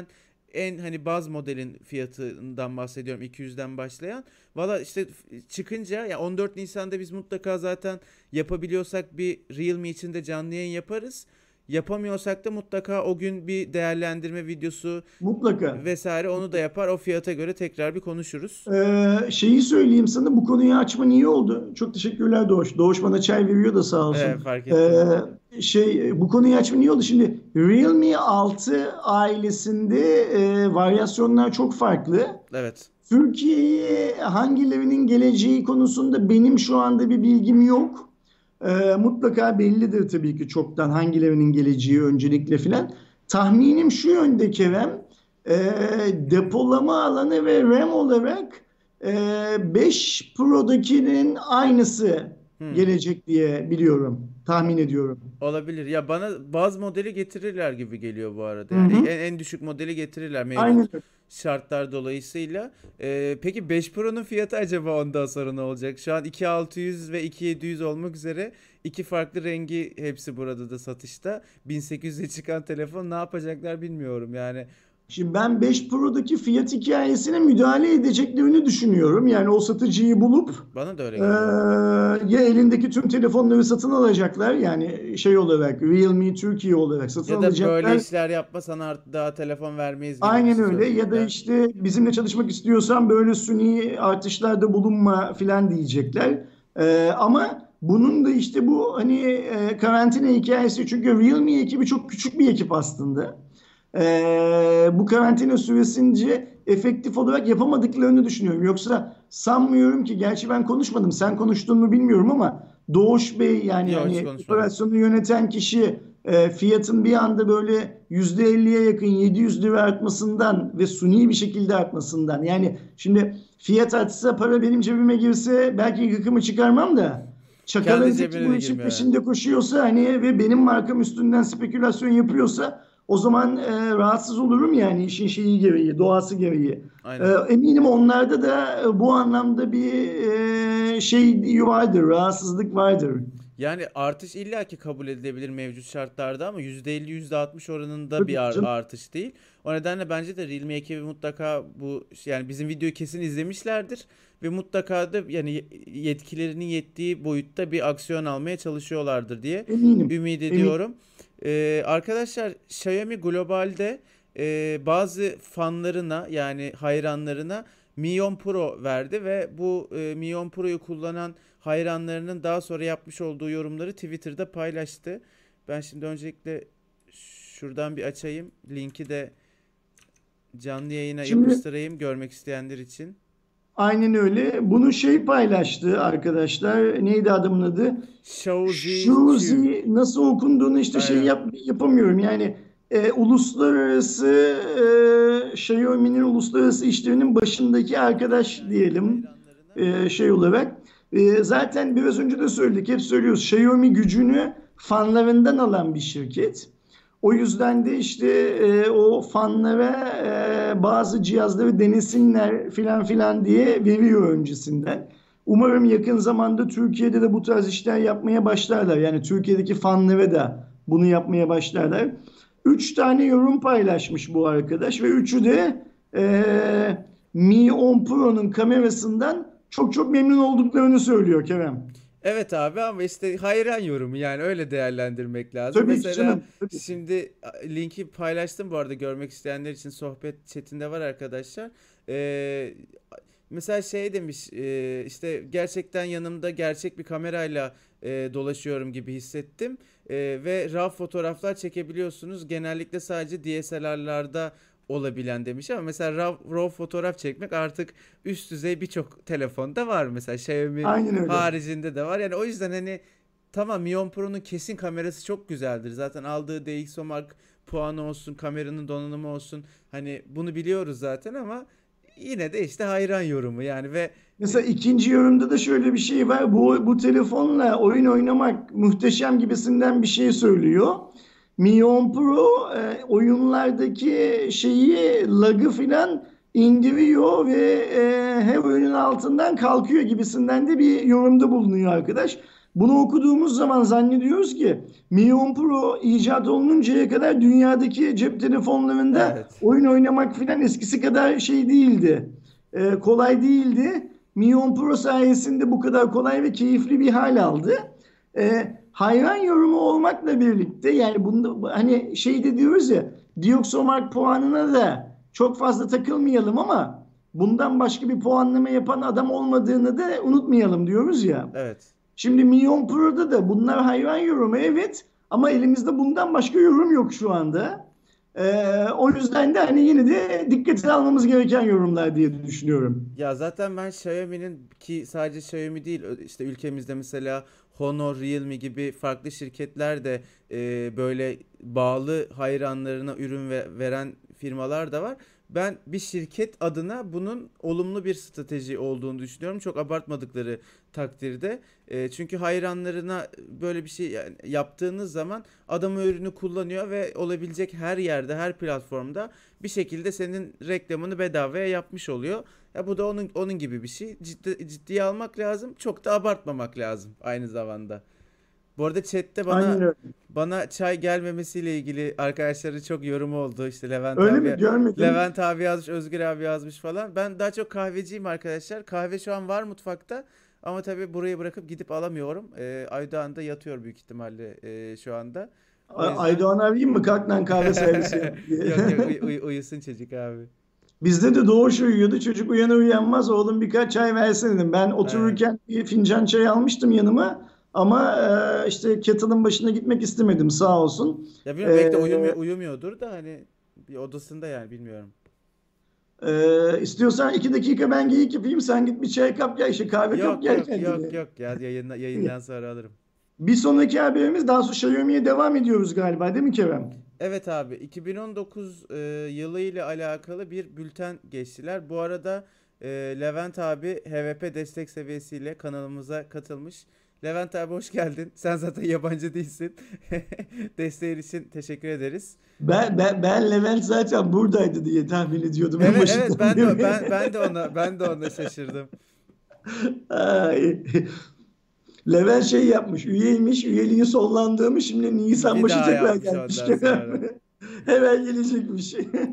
En hani baz modelin fiyatından bahsediyorum, 200'den başlayan. Valla işte çıkınca ya 14 Nisan'da biz mutlaka zaten yapabiliyorsak bir Realme için de canlı yayın yaparız. Yapamıyorsak da mutlaka o gün bir değerlendirme videosu Mutlaka. vesaire onu da yapar. O fiyata göre tekrar bir konuşuruz. Şeyi söyleyeyim sana, bu konuyu açman iyi oldu. Çok teşekkürler Doğuş. Doğuş bana çay veriyor da sağ olsun. Fark ettim. Bu konuyu açman iyi oldu. Şimdi Realme 6 ailesinde varyasyonlar çok farklı. Evet. Türkiye'ye hangilerinin geleceği konusunda benim şu anda bir bilgim yok. Mutlaka bellidir tabii ki çoktan hangilerinin geleceği öncelikle filan. Tahminim şu yönde Kerem. Depolama alanı ve RAM olarak 5 Pro'dakinin aynısı Hmm. gelecek diye biliyorum. Tahmin ediyorum. Olabilir. Ya bana bazı modeli getirirler gibi geliyor bu arada. Hı Yani hı. en düşük modeli getirirler mevcut Aynen öyle. şartlar dolayısıyla. Peki 5 Pro'nun fiyatı acaba ondan sonra ne olacak? Şu an 2600 ve 2700 olmak üzere iki farklı rengi hepsi burada da satışta. 1800'e çıkan telefon ne yapacaklar bilmiyorum yani. Şimdi ben 5 Pro'daki fiyat hikayesine müdahale edeceklerini düşünüyorum. Yani o satıcıyı bulup Bana da öyle eee, geliyor. ya elindeki tüm telefonları satın alacaklar. Yani şey olarak Realme Türkiye olarak satın Ya da böyle alacaklar. işler yapma sana artık daha telefon vermeyiz gibi bir Aynen şey öyle. Ya da söyleyecekler. işte bizimle çalışmak istiyorsan böyle suni artışlarda bulunma filan diyecekler. Ama bunun da işte bu hani karantina hikayesi, çünkü Realme ekibi çok küçük bir ekip aslında. Bu karantina süresince efektif olarak yapamadıklarını düşünüyorum. Yoksa sanmıyorum ki, gerçi ben konuşmadım, sen konuştun mu bilmiyorum ama Doğuş Bey, yani Yok, hiç hani konuşmadım. operasyonu yöneten kişi, fiyatın bir anda böyle %50'ye yakın 700 lira artmasından ve suni bir şekilde artmasından, yani şimdi fiyat artsa para benim cebime girse belki gıkımı çıkarmam da, Kendi çakalın teki cebine bu de işin girmiyor yani. peşinde koşuyorsa hani ve benim markam üstünden spekülasyon yapıyorsa, o zaman rahatsız olurum, yani işin şeyi gereği, doğası gereği. Aynen. Eminim onlarda da bu anlamda bir şey vardır, rahatsızlık vardır. Yani artış illaki kabul edilebilir mevcut şartlarda ama %50 %60 oranında bir Tabii canım. artış değil. O nedenle bence de Realme ekibi mutlaka bu yani bizim videoyu kesin izlemişlerdir ve mutlaka da yani yetkilerinin yettiği boyutta bir aksiyon almaya çalışıyorlardır diye Eminim. ümit Eminim. ediyorum. Arkadaşlar Xiaomi globalde bazı fanlarına yani hayranlarına Mi 10 Pro verdi ve bu Mi 10 Pro'yu kullanan hayranlarının daha sonra yapmış olduğu yorumları Twitter'da paylaştı. Ben şimdi öncelikle şuradan bir açayım. Linki de canlı yayına Şimdi yapıştırayım görmek isteyenler için. aynen öyle. Bunu şey paylaştı arkadaşlar. Neydi adamın adı? Xiaozi Q. Shuzi nasıl okunduğunu işte Aynen. yapamıyorum. Yani uluslararası Xiaomi'nin uluslararası işlerinin başındaki arkadaş Yani diyelim, hayranlarına şey olarak. Zaten biraz önce de söyledik, hep söylüyoruz. Xiaomi gücünü fanlarından alan bir şirket. O yüzden de işte o fanlara bazı cihazları denesinler filan filan diye veriyor öncesinden. Umarım yakın zamanda Türkiye'de de bu tarz işler yapmaya başlarlar. Yani Türkiye'deki fanlara da bunu yapmaya başlarlar. 3 tane yorum paylaşmış bu arkadaş ve üçü de Mi 10 Pro'nun kamerasından çok çok memnun olduklarını söylüyor Kerem. evet abi ama işte hayran yorumu yani öyle değerlendirmek lazım. Tabii ki Mesela canım. Tabii ki. şimdi linki paylaştım bu arada görmek isteyenler için sohbet chatinde var arkadaşlar. Ee, Mesela şey demiş işte gerçekten yanımda gerçek bir kamerayla dolaşıyorum gibi hissettim. Ve RAW fotoğraflar çekebiliyorsunuz genellikle sadece DSLR'larda olabilen demiş ama mesela RAW fotoğraf çekmek artık üst düzey birçok telefonda var mesela Xiaomi Aynen öyle. haricinde de var yani o yüzden hani tamam Mi 10 Pro'nun kesin kamerası çok güzeldir zaten aldığı DxOMark puanı olsun kameranın donanımı olsun hani bunu biliyoruz zaten ama yine de işte hayran yorumu yani ve Mesela ikinci yorumda da şöyle bir şey var. Bu telefonla oyun oynamak muhteşem gibisinden bir şey söylüyor. Mi 10 Pro oyunlardaki şeyi, lagı filan indiriyor ve her oyunun altından kalkıyor gibisinden de bir yorumda bulunuyor arkadaş. Bunu okuduğumuz zaman zannediyoruz ki Mi 10 Pro icat oluncaya kadar dünyadaki cep telefonlarında Evet. oyun oynamak filan eskisi kadar şey değildi. Kolay değildi. Mi 10 Pro sayesinde bu kadar kolay ve keyifli bir hal aldı. Hayran yorumu olmakla birlikte yani bunda hani şey de diyoruz ya Dioxomark puanına da çok fazla takılmayalım ama bundan başka bir puanlama yapan adam olmadığını da unutmayalım diyoruz ya. Evet. Şimdi Million Pro'da da bunlar hayvan yorumu evet ama elimizde bundan başka yorum yok şu anda. O yüzden de hani yine de dikkate almamız gereken yorumlar diye düşünüyorum. Ya zaten ben Xiaomi'nin, ki sadece Xiaomi değil, işte ülkemizde mesela Honor, Realme gibi farklı şirketler de böyle bağlı hayranlarına ürün veren firmalar da var. Ben bir şirket adına bunun olumlu bir strateji olduğunu düşünüyorum. Çok abartmadıkları takdirde. Çünkü hayranlarına böyle bir şey yani yaptığınız zaman adam o ürünü kullanıyor ve olabilecek her yerde, her platformda bir şekilde senin reklamını bedavaya yapmış oluyor. Ya bu da onun gibi bir şey. Ciddiye almak lazım. Çok da abartmamak lazım aynı zamanda. Bu arada chatte Aynen öyle. bana çay gelmemesiyle ilgili arkadaşların çok yorumu oldu. İşte Öyle mi? Görmedim. Levent abi yazmış, Özgür abi yazmış falan. Ben daha çok kahveciyim arkadaşlar. Kahve şu an var mutfakta. Ama tabii burayı bırakıp gidip alamıyorum. Aydoğan da yatıyor büyük ihtimalle şu anda. O yüzden Aydoğan arayayım mı? Kalk lan kahve servisi yap diye. yok yok uyusun çocuk abi. Bizde de Doğuş uyuyordu. Çocuk uyanır uyanmaz oğlum birkaç çay versene dedim. Ben Aynen. otururken bir fincan çay almıştım yanıma. Ama işte kettle'ın başına gitmek istemedim sağ olsun. Ya bilmiyorum, belki de E, uyumuyordur da hani bir odasında, yani bilmiyorum. istiyorsan 2 dakika ben geyik yapayım. Sen git bir çay kap gel. İşte kahve kap Yok gel yok yok kendine. yok ya, yayından sonra alırım. Bir sonraki haberimiz daha sonra Xiaomi'ye devam ediyoruz galiba değil mi Kerem? Evet abi, 2019 yılı ile alakalı bir bülten geçtiler. Bu arada Levent abi HVP destek seviyesiyle kanalımıza katılmış. Levent abi hoş geldin. Sen zaten yabancı değilsin. Desteğin için teşekkür ederiz. Ben Levent zaten buradaydı diye tahmin ediyordum en Evet evet, başından beri. ben de ona şaşırdım. Ay. Levent şey yapmış, üyeymiş, üyeliği sonlandırmış. Şimdi Nisan Bir başı daha tekrar yapmış gelmiş ondan sonra. Kerem. Hemen gelecekmiş.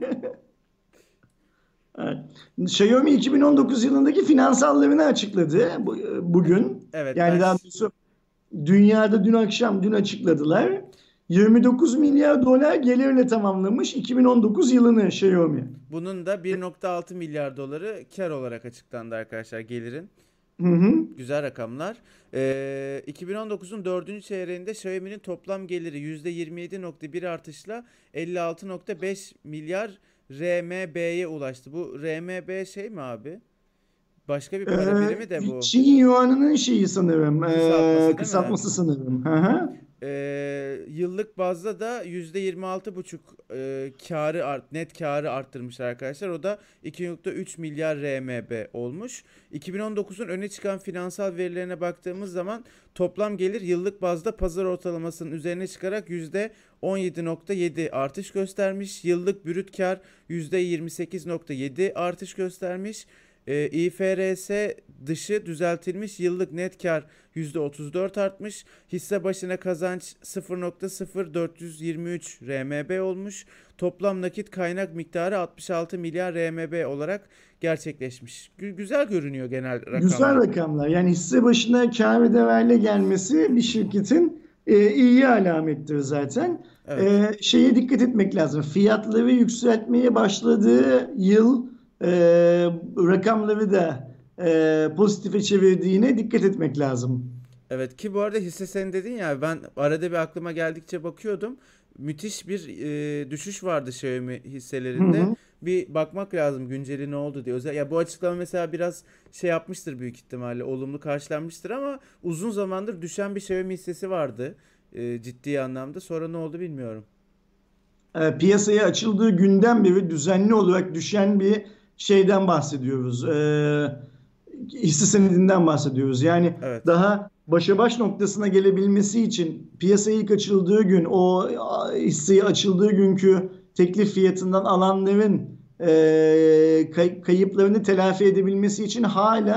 Evet. Xiaomi 2019 yılındaki finansallarını açıkladı bugün. Evet Yani daha doğrusu dünyada dün açıkladılar. 29 milyar dolar gelirle tamamlamış 2019 yılını Xiaomi. bunun da 1,6 milyar doları kar olarak açıklandı arkadaşlar, gelirin. Hı hı. Güzel rakamlar. 2019'un dördüncü çeyreğinde Xiaomi'nin toplam geliri %27,1 artışla 56,5 milyar RMB'ye ulaştı. Bu RMB şey mi abi? Başka bir para birimi de bu. Çin Yuan'ının şeyi sanırım, Kısaltması değil mi? kısaltması sanırım. Hı hı. Yıllık bazda da %26,5 net karı arttırmışlar arkadaşlar. O da 2,3 milyar RMB olmuş. 2019'un öne çıkan finansal verilerine baktığımız zaman toplam gelir yıllık bazda pazar ortalamasının üzerine çıkarak %17,7 artış göstermiş. Yıllık brüt kar %28,7 artış göstermiş. İFRS dışı düzeltilmiş yıllık net kar %34 artmış. Hisse başına kazanç 0,0423 RMB olmuş. Toplam nakit kaynak miktarı 66 milyar RMB olarak gerçekleşmiş. Güzel görünüyor genel Güzel rakamlar. rakamlar. Yani hisse başına kâr ve değerle gelmesi bir şirketin iyi alamettir zaten. Evet. Şeye dikkat etmek lazım. Fiyatları yükseltmeye başladığı yıl rakamları da pozitife çevirdiğine dikkat etmek lazım. Evet, ki bu arada hisse sen dedin ya, ben arada bir aklıma geldikçe bakıyordum. Müthiş bir düşüş vardı Xiaomi Hı hisselerinde. hı. Bir bakmak lazım günceli ne oldu diye. Ya bu açıklama mesela biraz şey yapmıştır büyük ihtimalle. Olumlu karşılanmıştır ama uzun zamandır düşen bir Xiaomi hissesi vardı. Ciddi anlamda. Sonra ne oldu bilmiyorum. Piyasaya açıldığı günden beri düzenli olarak düşen bir şeyden bahsediyoruz. Hisse senedinden bahsediyoruz. Yani Evet. daha başa baş noktasına gelebilmesi için piyasaya ilk açıldığı gün o hisseyi açıldığı günkü teklif fiyatından alanların kayıplarını telafi edebilmesi için hala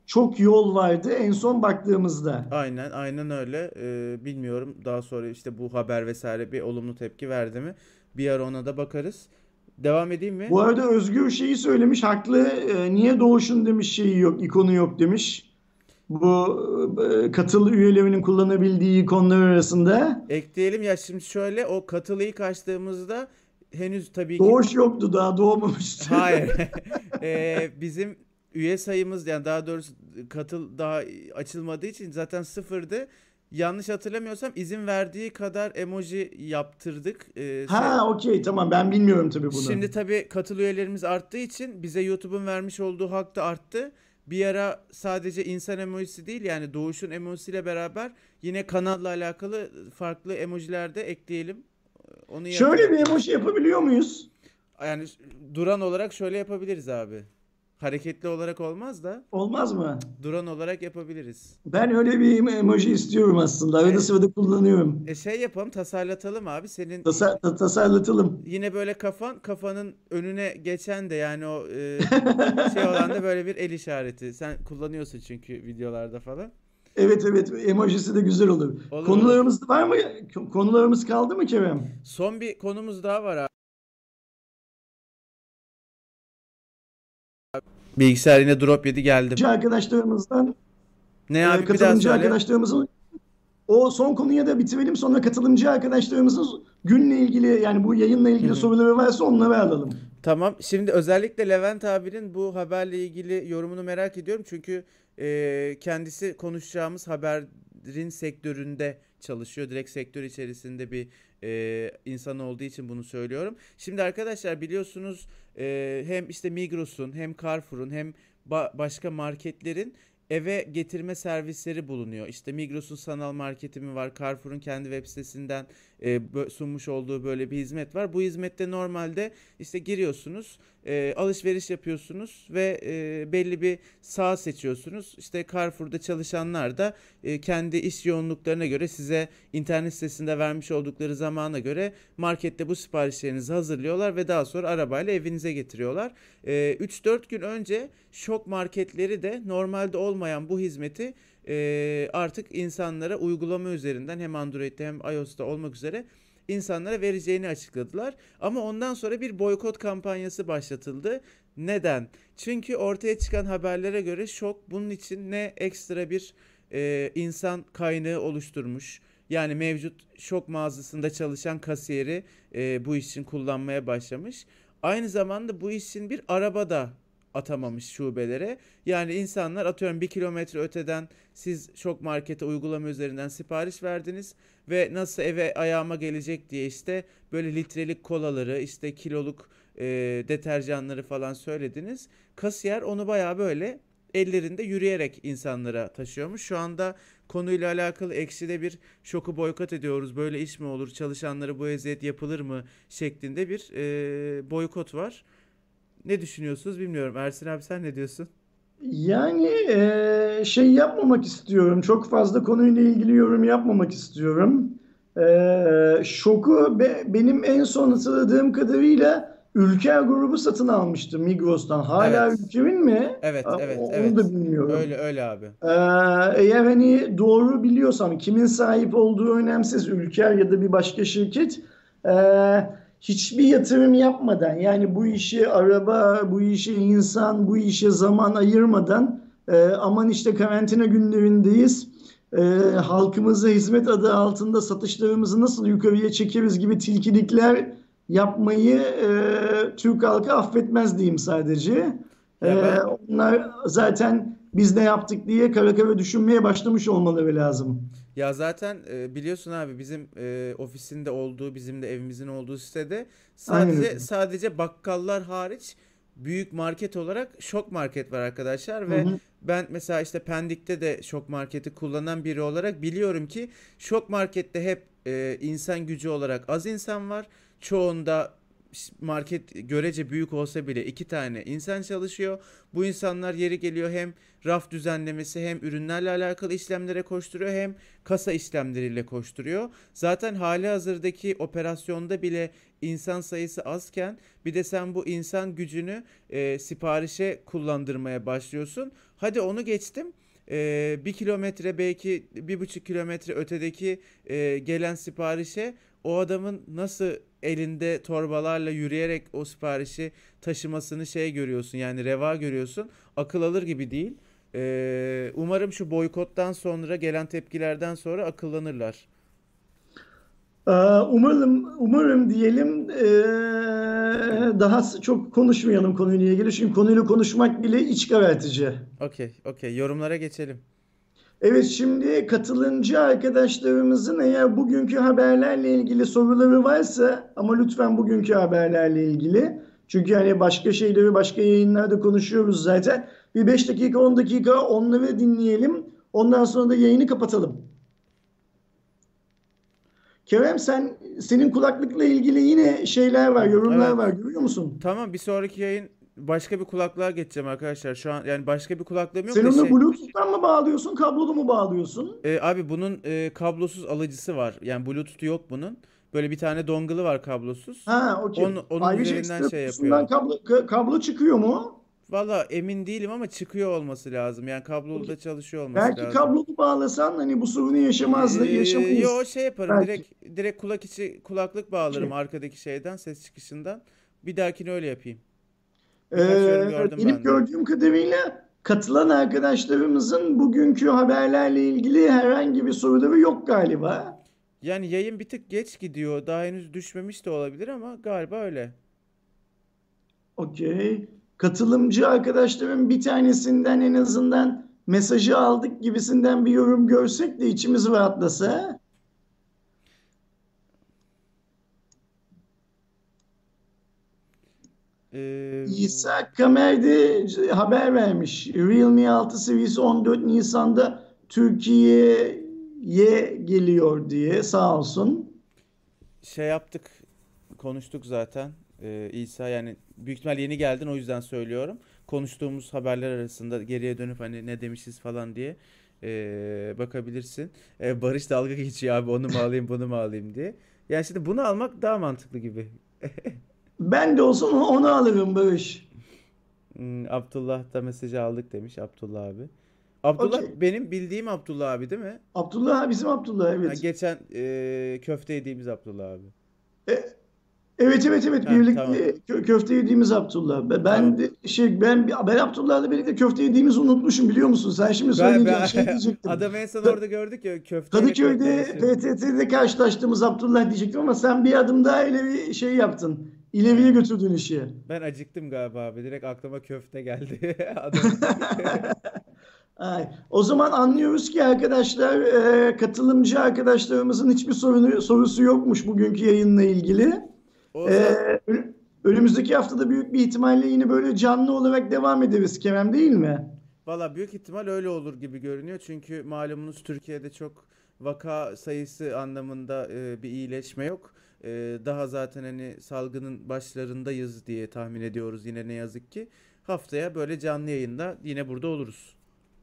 çok yol vardı en son baktığımızda. Aynen, aynen öyle. Bilmiyorum daha sonra işte bu haber vesaire bir olumlu tepki verdi mi? Bir ara ona da bakarız. Devam edeyim mi? Bu arada Özgür şeyi söylemiş, haklı. Niye Doğuş'un demiş şeyi yok, ikonu yok demiş. Bu katıl üyelerinin kullanabildiği ikonlar arasında. Ekleyelim ya, şimdi şöyle, o katılı ilk açtığımızda henüz tabii ki Doğuş yoktu, daha doğmamıştı. hayır. Bizim üye sayımız, yani daha doğrusu katıl daha açılmadığı için zaten sıfırdı. Yanlış hatırlamıyorsam izin verdiği kadar emoji yaptırdık. Ha, okey, tamam, ben bilmiyorum tabii bunu. Şimdi tabii katıl üyelerimiz arttığı için bize YouTube'un vermiş olduğu hak da arttı. Bir ara sadece insan emojisi değil, yani Doğuş'un emojisiyle beraber yine kanalla alakalı farklı emojiler de ekleyelim. Onu iyi Şöyle bir hatırlattınız. emoji yapabiliyor muyuz? Yani duran olarak şöyle yapabiliriz abi. Hareketli olarak olmaz da Olmaz mı? duran olarak yapabiliriz. Ben öyle bir emoji istiyorum aslında. Arada E, sırada kullanıyorum. şey yapalım, tasarlatalım abi. Senin Tasarlatalım. yine böyle kafanın önüne geçen de, yani o şey olan da böyle bir el işareti. Sen kullanıyorsun çünkü videolarda falan. Evet, evet, emojisi de güzel olur. Olur olur. Konularımız var mı? Konularımız kaldı mı Kerem? Son bir konumuz daha var abi. Bilgisayar yine drop yedi, geldim. Arkadaşlarımızdan Ne abi, bir daha katılımcı söyle. arkadaşlarımızın o son konuya da bitirelim, sonra katılımcı arkadaşlarımızın günle ilgili, yani bu yayınla Hı ilgili hı. soruları varsa onları alalım. Tamam. Şimdi özellikle Levent abinin bu haberle ilgili yorumunu merak ediyorum. Çünkü kendisi konuşacağımız haberin sektöründe çalışıyor. Direkt sektör içerisinde bir insan olduğu için bunu söylüyorum. Şimdi arkadaşlar, biliyorsunuz hem işte Migros'un hem Carrefour'un hem başka marketlerin eve getirme servisleri bulunuyor. İşte Migros'un sanal marketi mi var? Carrefour'un kendi web sitesinden sunmuş olduğu böyle bir hizmet var. Bu hizmette normalde işte giriyorsunuz, alışveriş yapıyorsunuz ve belli bir saat seçiyorsunuz. İşte Carrefour'da çalışanlar da kendi iş yoğunluklarına göre size internet sitesinde vermiş oldukları zamana göre markette bu siparişlerinizi hazırlıyorlar ve daha sonra arabayla evinize getiriyorlar. 3-4 gün önce şok marketleri de normalde olmayan bu hizmeti artık insanlara uygulama üzerinden, hem Android'de hem iOS'ta olmak üzere, insanlara vereceğini açıkladılar. Ama ondan sonra bir boykot kampanyası başlatıldı. Neden? Çünkü ortaya çıkan haberlere göre Şok bunun için ne ekstra bir insan kaynağı oluşturmuş. Yani mevcut Şok mağazasında çalışan kasiyeri bu iş için kullanmaya başlamış. Aynı zamanda bu iş için bir araba da atamamış şubelere. Yani insanlar, atıyorum, 1 kilometre öteden siz Şok Market'e uygulama üzerinden sipariş verdiniz ve nasıl eve ayağıma gelecek diye işte böyle litrelik kolaları, işte kiloluk deterjanları falan söylediniz. Kasiyer onu bayağı böyle ellerinde yürüyerek insanlara taşıyormuş. Şu anda konuyla alakalı Ekşi'de bir Şok'u boykot ediyoruz, böyle iş mi olur, çalışanlara bu eziyet yapılır mı şeklinde bir boykot var. Ne düşünüyorsunuz bilmiyorum. Ersin abi, sen ne diyorsun? Yani şey yapmamak istiyorum. Çok fazla konuyla ilgili yorum yapmamak istiyorum. Şoku benim en son hatırladığım kadarıyla Ülker grubu satın almıştı Migros'tan. Hala Evet. Ülker'in mi? Evet, evet, Onu da evet. bilmiyorum. Öyle öyle abi. Ee, Eğer hani doğru biliyorsam, kimin sahip olduğu önemsiz, Ülker ya da bir başka şirket, hiçbir yatırım yapmadan, yani bu işi araba, bu işi insan, bu işe zaman ayırmadan, aman işte karantina günlerindeyiz, e, halkımıza hizmet adı altında satışlarımızı nasıl yukarıya çekeriz gibi tilkilikler yapmayı Türk halkı affetmez diyeyim sadece. Ya ben Onlar zaten biz ne yaptık diye kara kara düşünmeye başlamış olmaları lazım. Ya zaten biliyorsun abi, bizim ofisinde olduğu, bizim de evimizin olduğu sitede Aynen sadece öyle. sadece bakkallar hariç büyük market olarak Şok Market var arkadaşlar. Hı Ve hı. ben mesela işte Pendik'te de Şok Market'i kullanan biri olarak biliyorum ki Şok Market'te hep insan gücü olarak az insan var. Çoğunda market görece büyük olsa bile 2 tane insan çalışıyor. Bu insanlar yeri geliyor hem raf düzenlemesi hem ürünlerle alakalı işlemlere koşturuyor hem kasa işlemleriyle koşturuyor. Zaten hali hazırdaki operasyonda bile insan sayısı azken bir de sen bu insan gücünü siparişe kullandırmaya başlıyorsun. Hadi onu geçtim. 1 kilometre belki 1,5 kilometre ötedeki gelen siparişe o adamın nasıl elinde torbalarla yürüyerek o siparişi taşımasını görüyorsun, yani reva görüyorsun. Akıl alır gibi değil. Umarım şu boykottan sonra gelen tepkilerden sonra akıllanırlar. Umarım diyelim, daha çok konuşmayalım konuyla ilgili. Çünkü konuyla konuşmak bile iç karartıcı. Okey, okey. Yorumlara geçelim. Evet, şimdi katılımcı arkadaşlarımızın eğer bugünkü haberlerle ilgili soruları varsa, ama lütfen bugünkü haberlerle ilgili. Çünkü hani başka şeyleri başka yayınlarda konuşuyoruz zaten. Bir 5 dakika 10 dakika onları dinleyelim. Ondan sonra da yayını kapatalım. Kerem, senin kulaklıkla ilgili yine şeyler var, yorumlar Evet. var, görüyor musun? Tamam, bir sonraki yayın başka bir kulaklığa geçeceğim arkadaşlar. Şu an yani başka bir kulaklığım yok Sen da onu Bluetooth'tan mı bağlıyorsun, kablolu mu bağlıyorsun? abi bunun kablosuz alıcısı var. Yani Bluetooth yok bunun. Böyle bir tane dongle'ı var kablosuz. Ha, okey. Onun Ayrıca üzerinden ekstra şey kutusundan yapıyorum. kablo çıkıyor mu? Valla emin değilim ama çıkıyor olması lazım. Yani kablolu Okey. da çalışıyor olması Belki lazım. kablolu bağlasan hani bu sorunu Yo, yaşamayız. yaparım. Belki. Direkt kulak içi kulaklık bağlarım Okey. arkadaki şeyden, ses çıkışından. Bir dahakine öyle yapayım. Birkaç yorum gördüm Benim ben de. gördüğüm kadarıyla katılan arkadaşlarımızın bugünkü haberlerle ilgili herhangi bir soruları yok galiba. Yani yayın bir tık geç gidiyor. Daha henüz düşmemiş de olabilir ama galiba öyle. Okey. Katılımcı arkadaşların bir tanesinden en azından mesajı aldık gibisinden bir yorum görsek de içimiz rahatlasa. Ee, İsa Kamer'de haber vermiş. Realme 6 serisi 14 Nisan'da Türkiye'ye geliyor diye, sağ olsun. Şey yaptık, konuştuk zaten. İsa, yani büyük ihtimal yeni geldin o yüzden söylüyorum. Konuştuğumuz haberler arasında geriye dönüp hani ne demişiz falan diye bakabilirsin. Barış dalga geçiyor abi, onu mu alayım bunu mu alayım diye. Yani şimdi bunu almak daha mantıklı gibi. Ben de olsun onu alırım Barış. Abdullah da mesajı aldık demiş, Abdullah abi. Abdullah Okey. benim bildiğim Abdullah abi değil mi? Abdullah, bizim Abdullah, Ha, evet. geçen köfte yediğimiz Abdullah abi. E, evet, Ha, tamam. birlikte köfte yediğimiz Abdullah. Tamam. Ben Abdullah'la birlikte köfte yediğimizi unutmuşum, biliyor musun? Sen şimdi söyleyince Ben şey diyecektim. adamı en son Ka- orada gördük ya, köfteyle Kadıköy'de köfteleşiyor. PTT'de karşılaştığımız Abdullah diyecektim ama sen bir adım daha ileri şey yaptın. İleriye Aynen. götürdün işi. Ben acıktım galiba abi. Direkt aklıma köfte geldi. Adamın. Ay, o zaman anlıyoruz ki arkadaşlar, katılımcı arkadaşlarımızın hiçbir sorusu yokmuş bugünkü yayınla ilgili. O E, zaman Önümüzdeki haftada büyük bir ihtimalle yine böyle canlı olarak devam ederiz Kerem, değil mi? valla büyük ihtimal öyle olur gibi görünüyor. Çünkü malumunuz Türkiye'de çok vaka sayısı anlamında bir iyileşme yok. Daha zaten hani salgının başlarındayız diye tahmin ediyoruz yine, ne yazık ki. Haftaya böyle canlı yayında yine burada oluruz.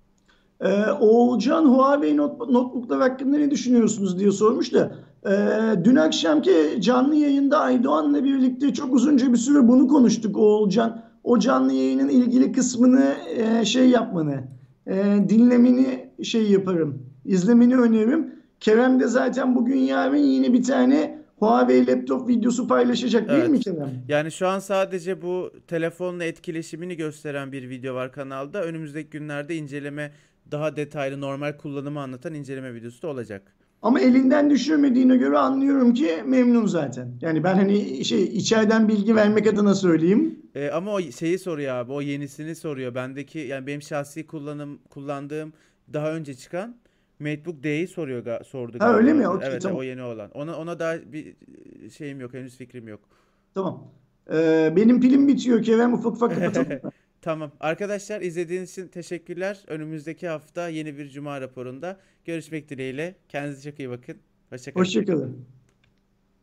Oğulcan Huawei notebooklar hakkında ne düşünüyorsunuz diye sormuş da, dün akşamki canlı yayında Aydoğan'la birlikte çok uzunca bir süre bunu konuştuk Oğulcan. O canlı yayının ilgili kısmını şey yapmanı, dinlemeni şey yaparım, izlemeni öneririm. Kerem de zaten bugün yarın yine bir tane Huawei laptop videosu paylaşacak, değil mi Evet. Kerem? Yani şu an sadece bu telefonla etkileşimini gösteren bir video var kanalda. Önümüzdeki günlerde inceleme, daha detaylı normal kullanımı anlatan inceleme videosu da olacak. Ama elinden düşürmediğine göre anlıyorum ki memnun zaten. Yani ben hani şey, içeriden bilgi vermek adına söyleyeyim. Ama o şeyi soruyor abi. O yenisini soruyor. Bendeki, yani benim şahsi kullandığım daha önce çıkan MacBook D'yi sordu Ha, galiba öyle mi? orada. Okey, Evet, o tamam. yeni olan. Ona daha bir şeyim yok. Henüz fikrim yok. Tamam. Benim pilim bitiyor Kerem, ufak ufak kapatalım mı? Tamam. Arkadaşlar, izlediğiniz için teşekkürler. Önümüzdeki hafta yeni bir Cuma raporunda görüşmek dileğiyle. Kendinize çok iyi bakın. Hoşça kalın. Hoşça kalın.